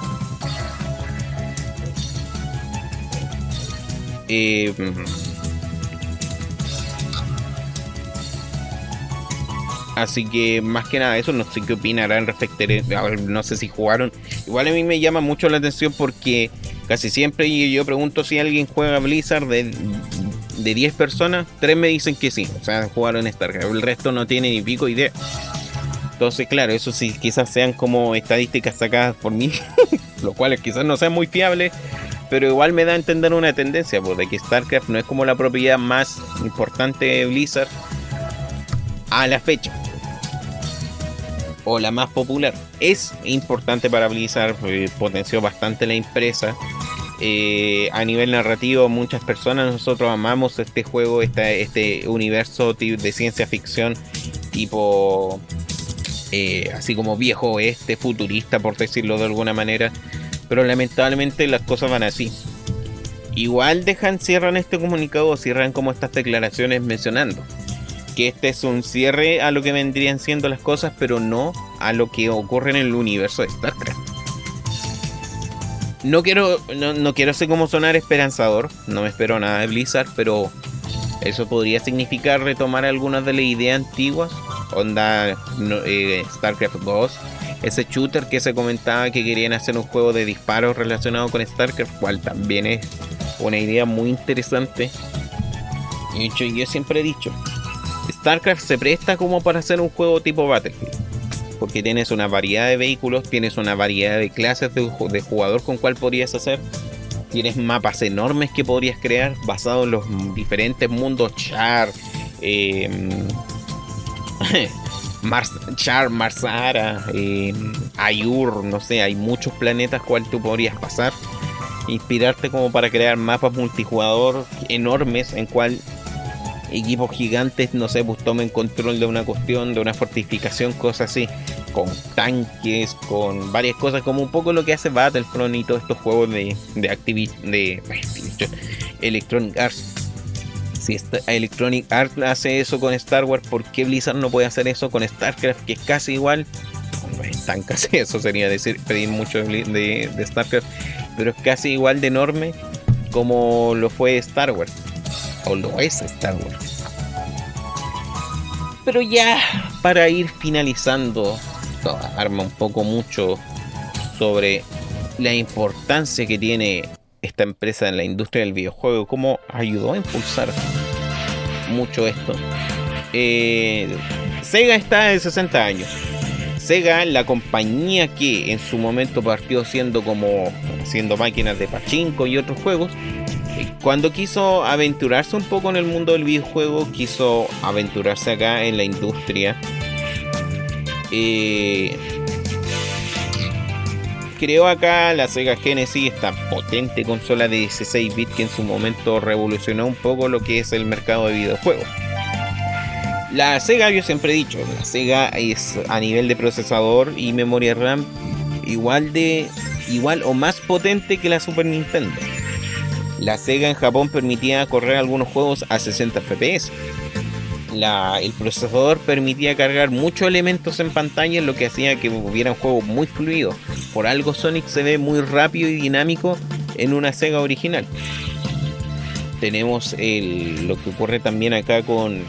Así que más que nada eso, no sé qué opinarán respecto a, no sé si jugaron. Igual a mí me llama mucho la atención porque casi siempre yo pregunto si alguien juega Blizzard de 10 personas, 3 me dicen que sí, o sea, jugaron StarCraft, el resto no tiene ni pico idea. Entonces claro, eso sí quizás sean como estadísticas sacadas por mí, lo cual quizás no sean muy fiables, pero igual me da a entender una tendencia, pues, de que StarCraft no es como la propiedad más importante de Blizzard a la fecha, o la más popular. Es importante para Blizzard, potenció bastante la empresa. A nivel narrativo, muchas personas, nosotros amamos este juego, este universo de ciencia ficción tipo así como viejo oeste, futurista por decirlo de alguna manera, pero lamentablemente las cosas van así. Igual cierran este comunicado, cierran como estas declaraciones mencionando que este es un cierre a lo que vendrían siendo las cosas, pero no a lo que ocurre en el universo de StarCraft. No quiero ser como sonar esperanzador, no me espero nada de Blizzard, pero eso podría significar retomar algunas de las ideas antiguas, onda StarCraft 2, ese shooter que se comentaba que querían hacer un juego de disparos relacionado con StarCraft, cual también es una idea muy interesante. De hecho, yo siempre he dicho, StarCraft se presta como para hacer un juego tipo Battlefield, porque tienes una variedad de vehículos, tienes una variedad de clases de jugador con cual podrías hacer. tienes mapas enormes que podrías crear basados en los diferentes mundos Char, Marsara, Ayur, no sé, hay muchos planetas cual tú podrías pasar, inspirarte como para crear mapas multijugador enormes en cual equipos gigantes, no sé, pues tomen control de una cuestión, de una fortificación, cosas así, con tanques, con varias cosas, como un poco lo que hace Battlefront y todos estos juegos de Electronic Arts. Si Electronic Arts hace eso con Star Wars, ¿por qué Blizzard no puede hacer eso con StarCraft, que es casi igual? No es tan casi, eso sería pedir mucho de StarCraft, pero es casi igual de enorme como lo fue Star Wars, o lo es Star Wars. Pero ya para ir finalizando, arma un poco mucho sobre la importancia que tiene esta empresa en la industria del videojuego, cómo ayudó a impulsar mucho esto. Sega está de 60 años. Sega, la compañía que en su momento partió haciendo máquinas de pachinko y otros juegos, cuando quiso aventurarse un poco en el mundo del videojuego, quiso aventurarse acá en la industria. Creó acá la Sega Genesis, esta potente consola de 16 bits que en su momento revolucionó un poco lo que es el mercado de videojuegos. La Sega, yo siempre he dicho, la Sega es a nivel de procesador y memoria RAM igual o más potente que la Super Nintendo. La Sega en Japón permitía correr algunos juegos a 60 FPS. El procesador permitía cargar muchos elementos en pantalla, lo que hacía que hubiera un juego muy fluido. Por algo Sonic se ve muy rápido y dinámico en una Sega original. Tenemos lo que ocurre también acá con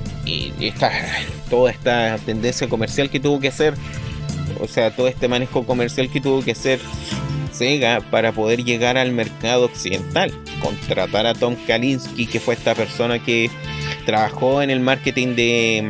toda esta tendencia comercial que tuvo que hacer, o sea, todo este manejo comercial que tuvo que hacer Sega para poder llegar al mercado occidental. Contratar a Tom Kalinske, que fue esta persona que trabajó en el marketing de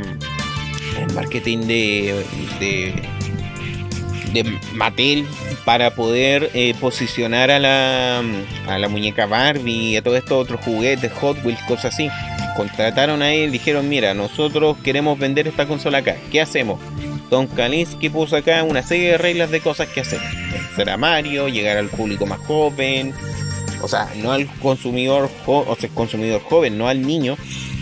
Mattel para poder posicionar a la muñeca Barbie y a todos estos otros juguetes, Hot Wheels, cosas así. Contrataron a él, dijeron, mira, nosotros queremos vender esta consola acá, ¿qué hacemos? Tom Kalinske puso acá una serie de reglas de cosas que hacer. Hacer a Mario, llegar al público más joven, o sea, no al consumidor joven, no al niño.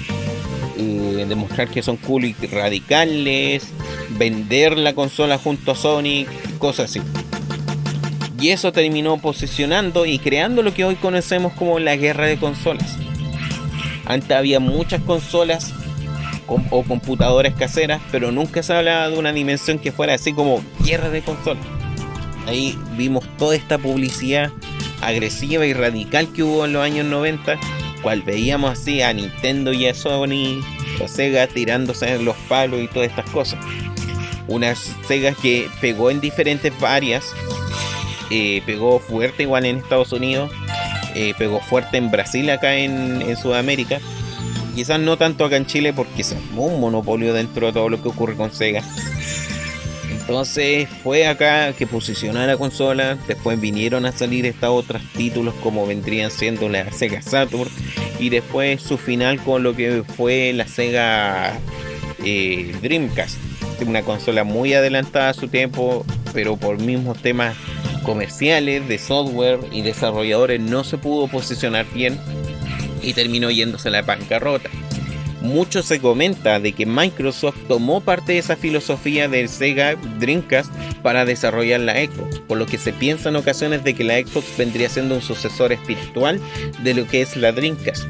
Demostrar que son cool y radicales, vender la consola junto a Sonic, cosas así. Y eso terminó posicionando y creando lo que hoy conocemos como la guerra de consolas. Antes había muchas consolas o computadoras caseras, pero nunca se hablaba de una dimensión que fuera así como guerra de consolas. Ahí vimos toda esta publicidad agresiva y radical que hubo en los años 90, cual veíamos así a Nintendo y a Sony o Sega tirándose en los palos y todas estas cosas. Una Sega que pegó en diferentes áreas, pegó fuerte igual en Estados Unidos, pegó fuerte en Brasil, acá en Sudamérica, quizás no tanto acá en Chile porque se armó un monopolio dentro de todo lo que ocurre con Sega. Entonces fue acá que posicionó la consola. Después vinieron a salir estos otros títulos como vendrían siendo la Sega Saturn, y después su final con lo que fue la Sega Dreamcast, una consola muy adelantada a su tiempo, pero por mismos temas comerciales, de software y desarrolladores no se pudo posicionar bien y terminó yéndose a la bancarrota. Mucho se comenta de que Microsoft tomó parte de esa filosofía del Sega Dreamcast para desarrollar la Xbox, por lo que se piensa en ocasiones de que la Xbox vendría siendo un sucesor espiritual de lo que es la Dreamcast.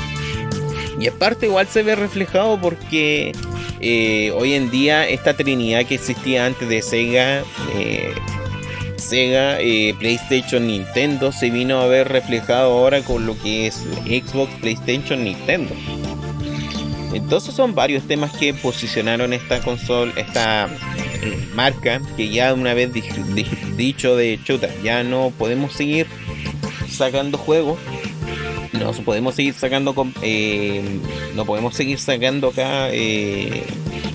Y aparte igual se ve reflejado porque hoy en día esta trinidad que existía antes de Sega, PlayStation, Nintendo, se vino a ver reflejado ahora con lo que es Xbox, PlayStation, Nintendo. Entonces son varios temas que posicionaron esta consola, esta marca, que ya una vez dicho de chuta, ya no podemos seguir sacando juegos, no podemos seguir sacando acá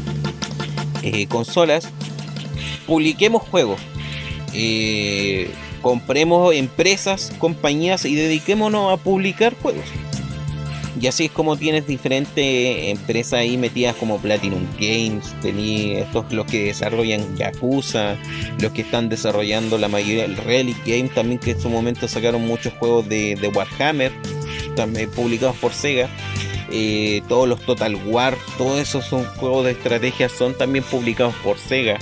consolas, publiquemos juegos. compremos empresas, compañías y dediquémonos a publicar juegos. Y así es como tienes diferentes empresas ahí metidas como Platinum Games, estos los que desarrollan Yakuza, los que están desarrollando la mayoría, el Relic Game también, que en su momento sacaron muchos juegos de Warhammer, también publicados por Sega. Todos los Total War, todos esos son juegos de estrategia, son también publicados por Sega.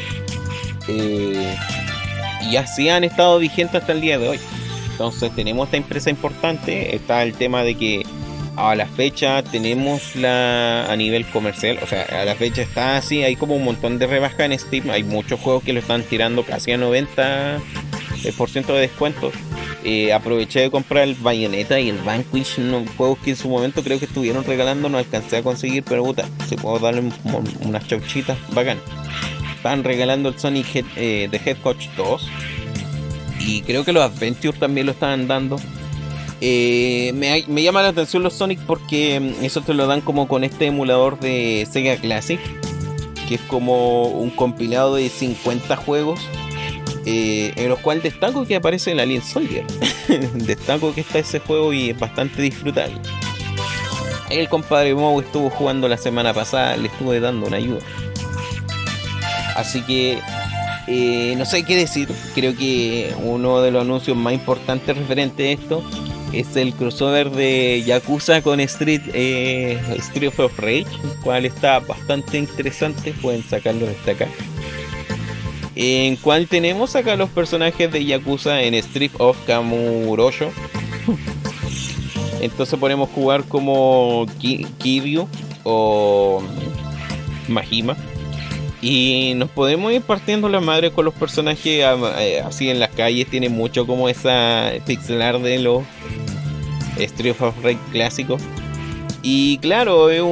Y así han estado vigentes hasta el día de hoy. Entonces tenemos esta empresa importante. Está el tema de que a la fecha tenemos a nivel comercial, o sea, a la fecha está así, hay como un montón de rebajas en Steam. Hay muchos juegos que lo están tirando casi a 90% de descuento. Aproveché de comprar el Bayonetta y el Vanquish, juegos que en su momento creo que estuvieron regalando, no alcancé a conseguir, pero puta, si puedo darle unas chauchitas, bacán. Estaban regalando el Sonic The Hedgehog 2 y creo que los Adventure también lo estaban dando. Me llama la atención los Sonic porque eso te lo dan como con este emulador de Sega Classic, que es como un compilado de 50 juegos, en los cuales destaco que aparece el Alien Soldier. Destaco que está ese juego y es bastante disfrutable. El compadre Moe estuvo jugando la semana pasada, le estuve dando una ayuda. Así que no sé qué decir. Creo que uno de los anuncios más importantes referente a esto es el crossover de Yakuza con Street of Rage, el cual está bastante interesante. Pueden sacarlo desde acá. En cual tenemos acá los personajes de Yakuza en Street of Kamurocho. Entonces podemos jugar como Kiryu o Majima. Y nos podemos ir partiendo la madre con los personajes así en las calles. Tiene mucho como esa pixelar de los Street of Rage clásicos. Y claro, es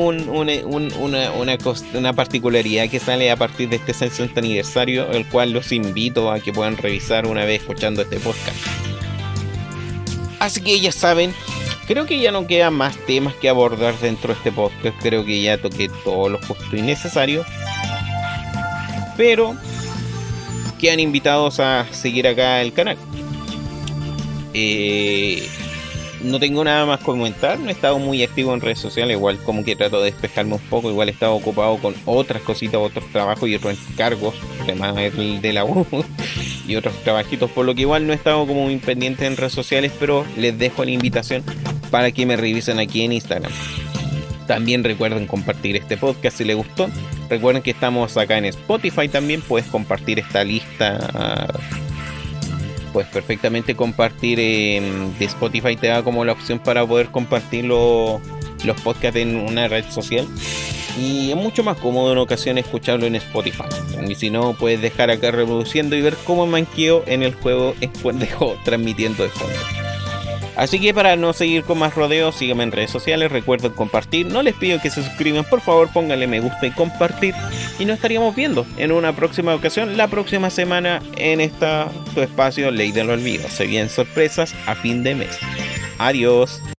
una particularidad que sale a partir de este 60 aniversario, el cual los invito a que puedan revisar una vez escuchando este podcast. Así que ya saben, creo que ya no quedan más temas que abordar dentro de este podcast. Creo que ya toqué todo lo justo y necesario. Pero quedan invitados a seguir acá el canal. No tengo nada más que comentar. No he estado muy activo en redes sociales. Igual como que trato de despejarme un poco. Igual he estado ocupado con otras cositas, otros trabajos y otros encargos, además de la U y otros trabajitos, por lo que igual no he estado como muy pendiente en redes sociales. Pero les dejo la invitación para que me revisen aquí en Instagram. También recuerden compartir este podcast si les gustó. Recuerden que estamos acá en Spotify también. Puedes compartir esta lista. Puedes perfectamente compartir de Spotify. Te da como la opción para poder compartir los podcasts en una red social. Y es mucho más cómodo en ocasiones escucharlo en Spotify. Y si no, puedes dejar acá reproduciendo y ver cómo manqueo en el juego dejo transmitiendo de fondo. Así que para no seguir con más rodeos, síganme en redes sociales, recuerden compartir, no les pido que se suscriban, por favor pónganle me gusta y compartir, y nos estaríamos viendo en una próxima ocasión, la próxima semana en tu espacio Ley del Olvido. Se vienen sorpresas a fin de mes. Adiós.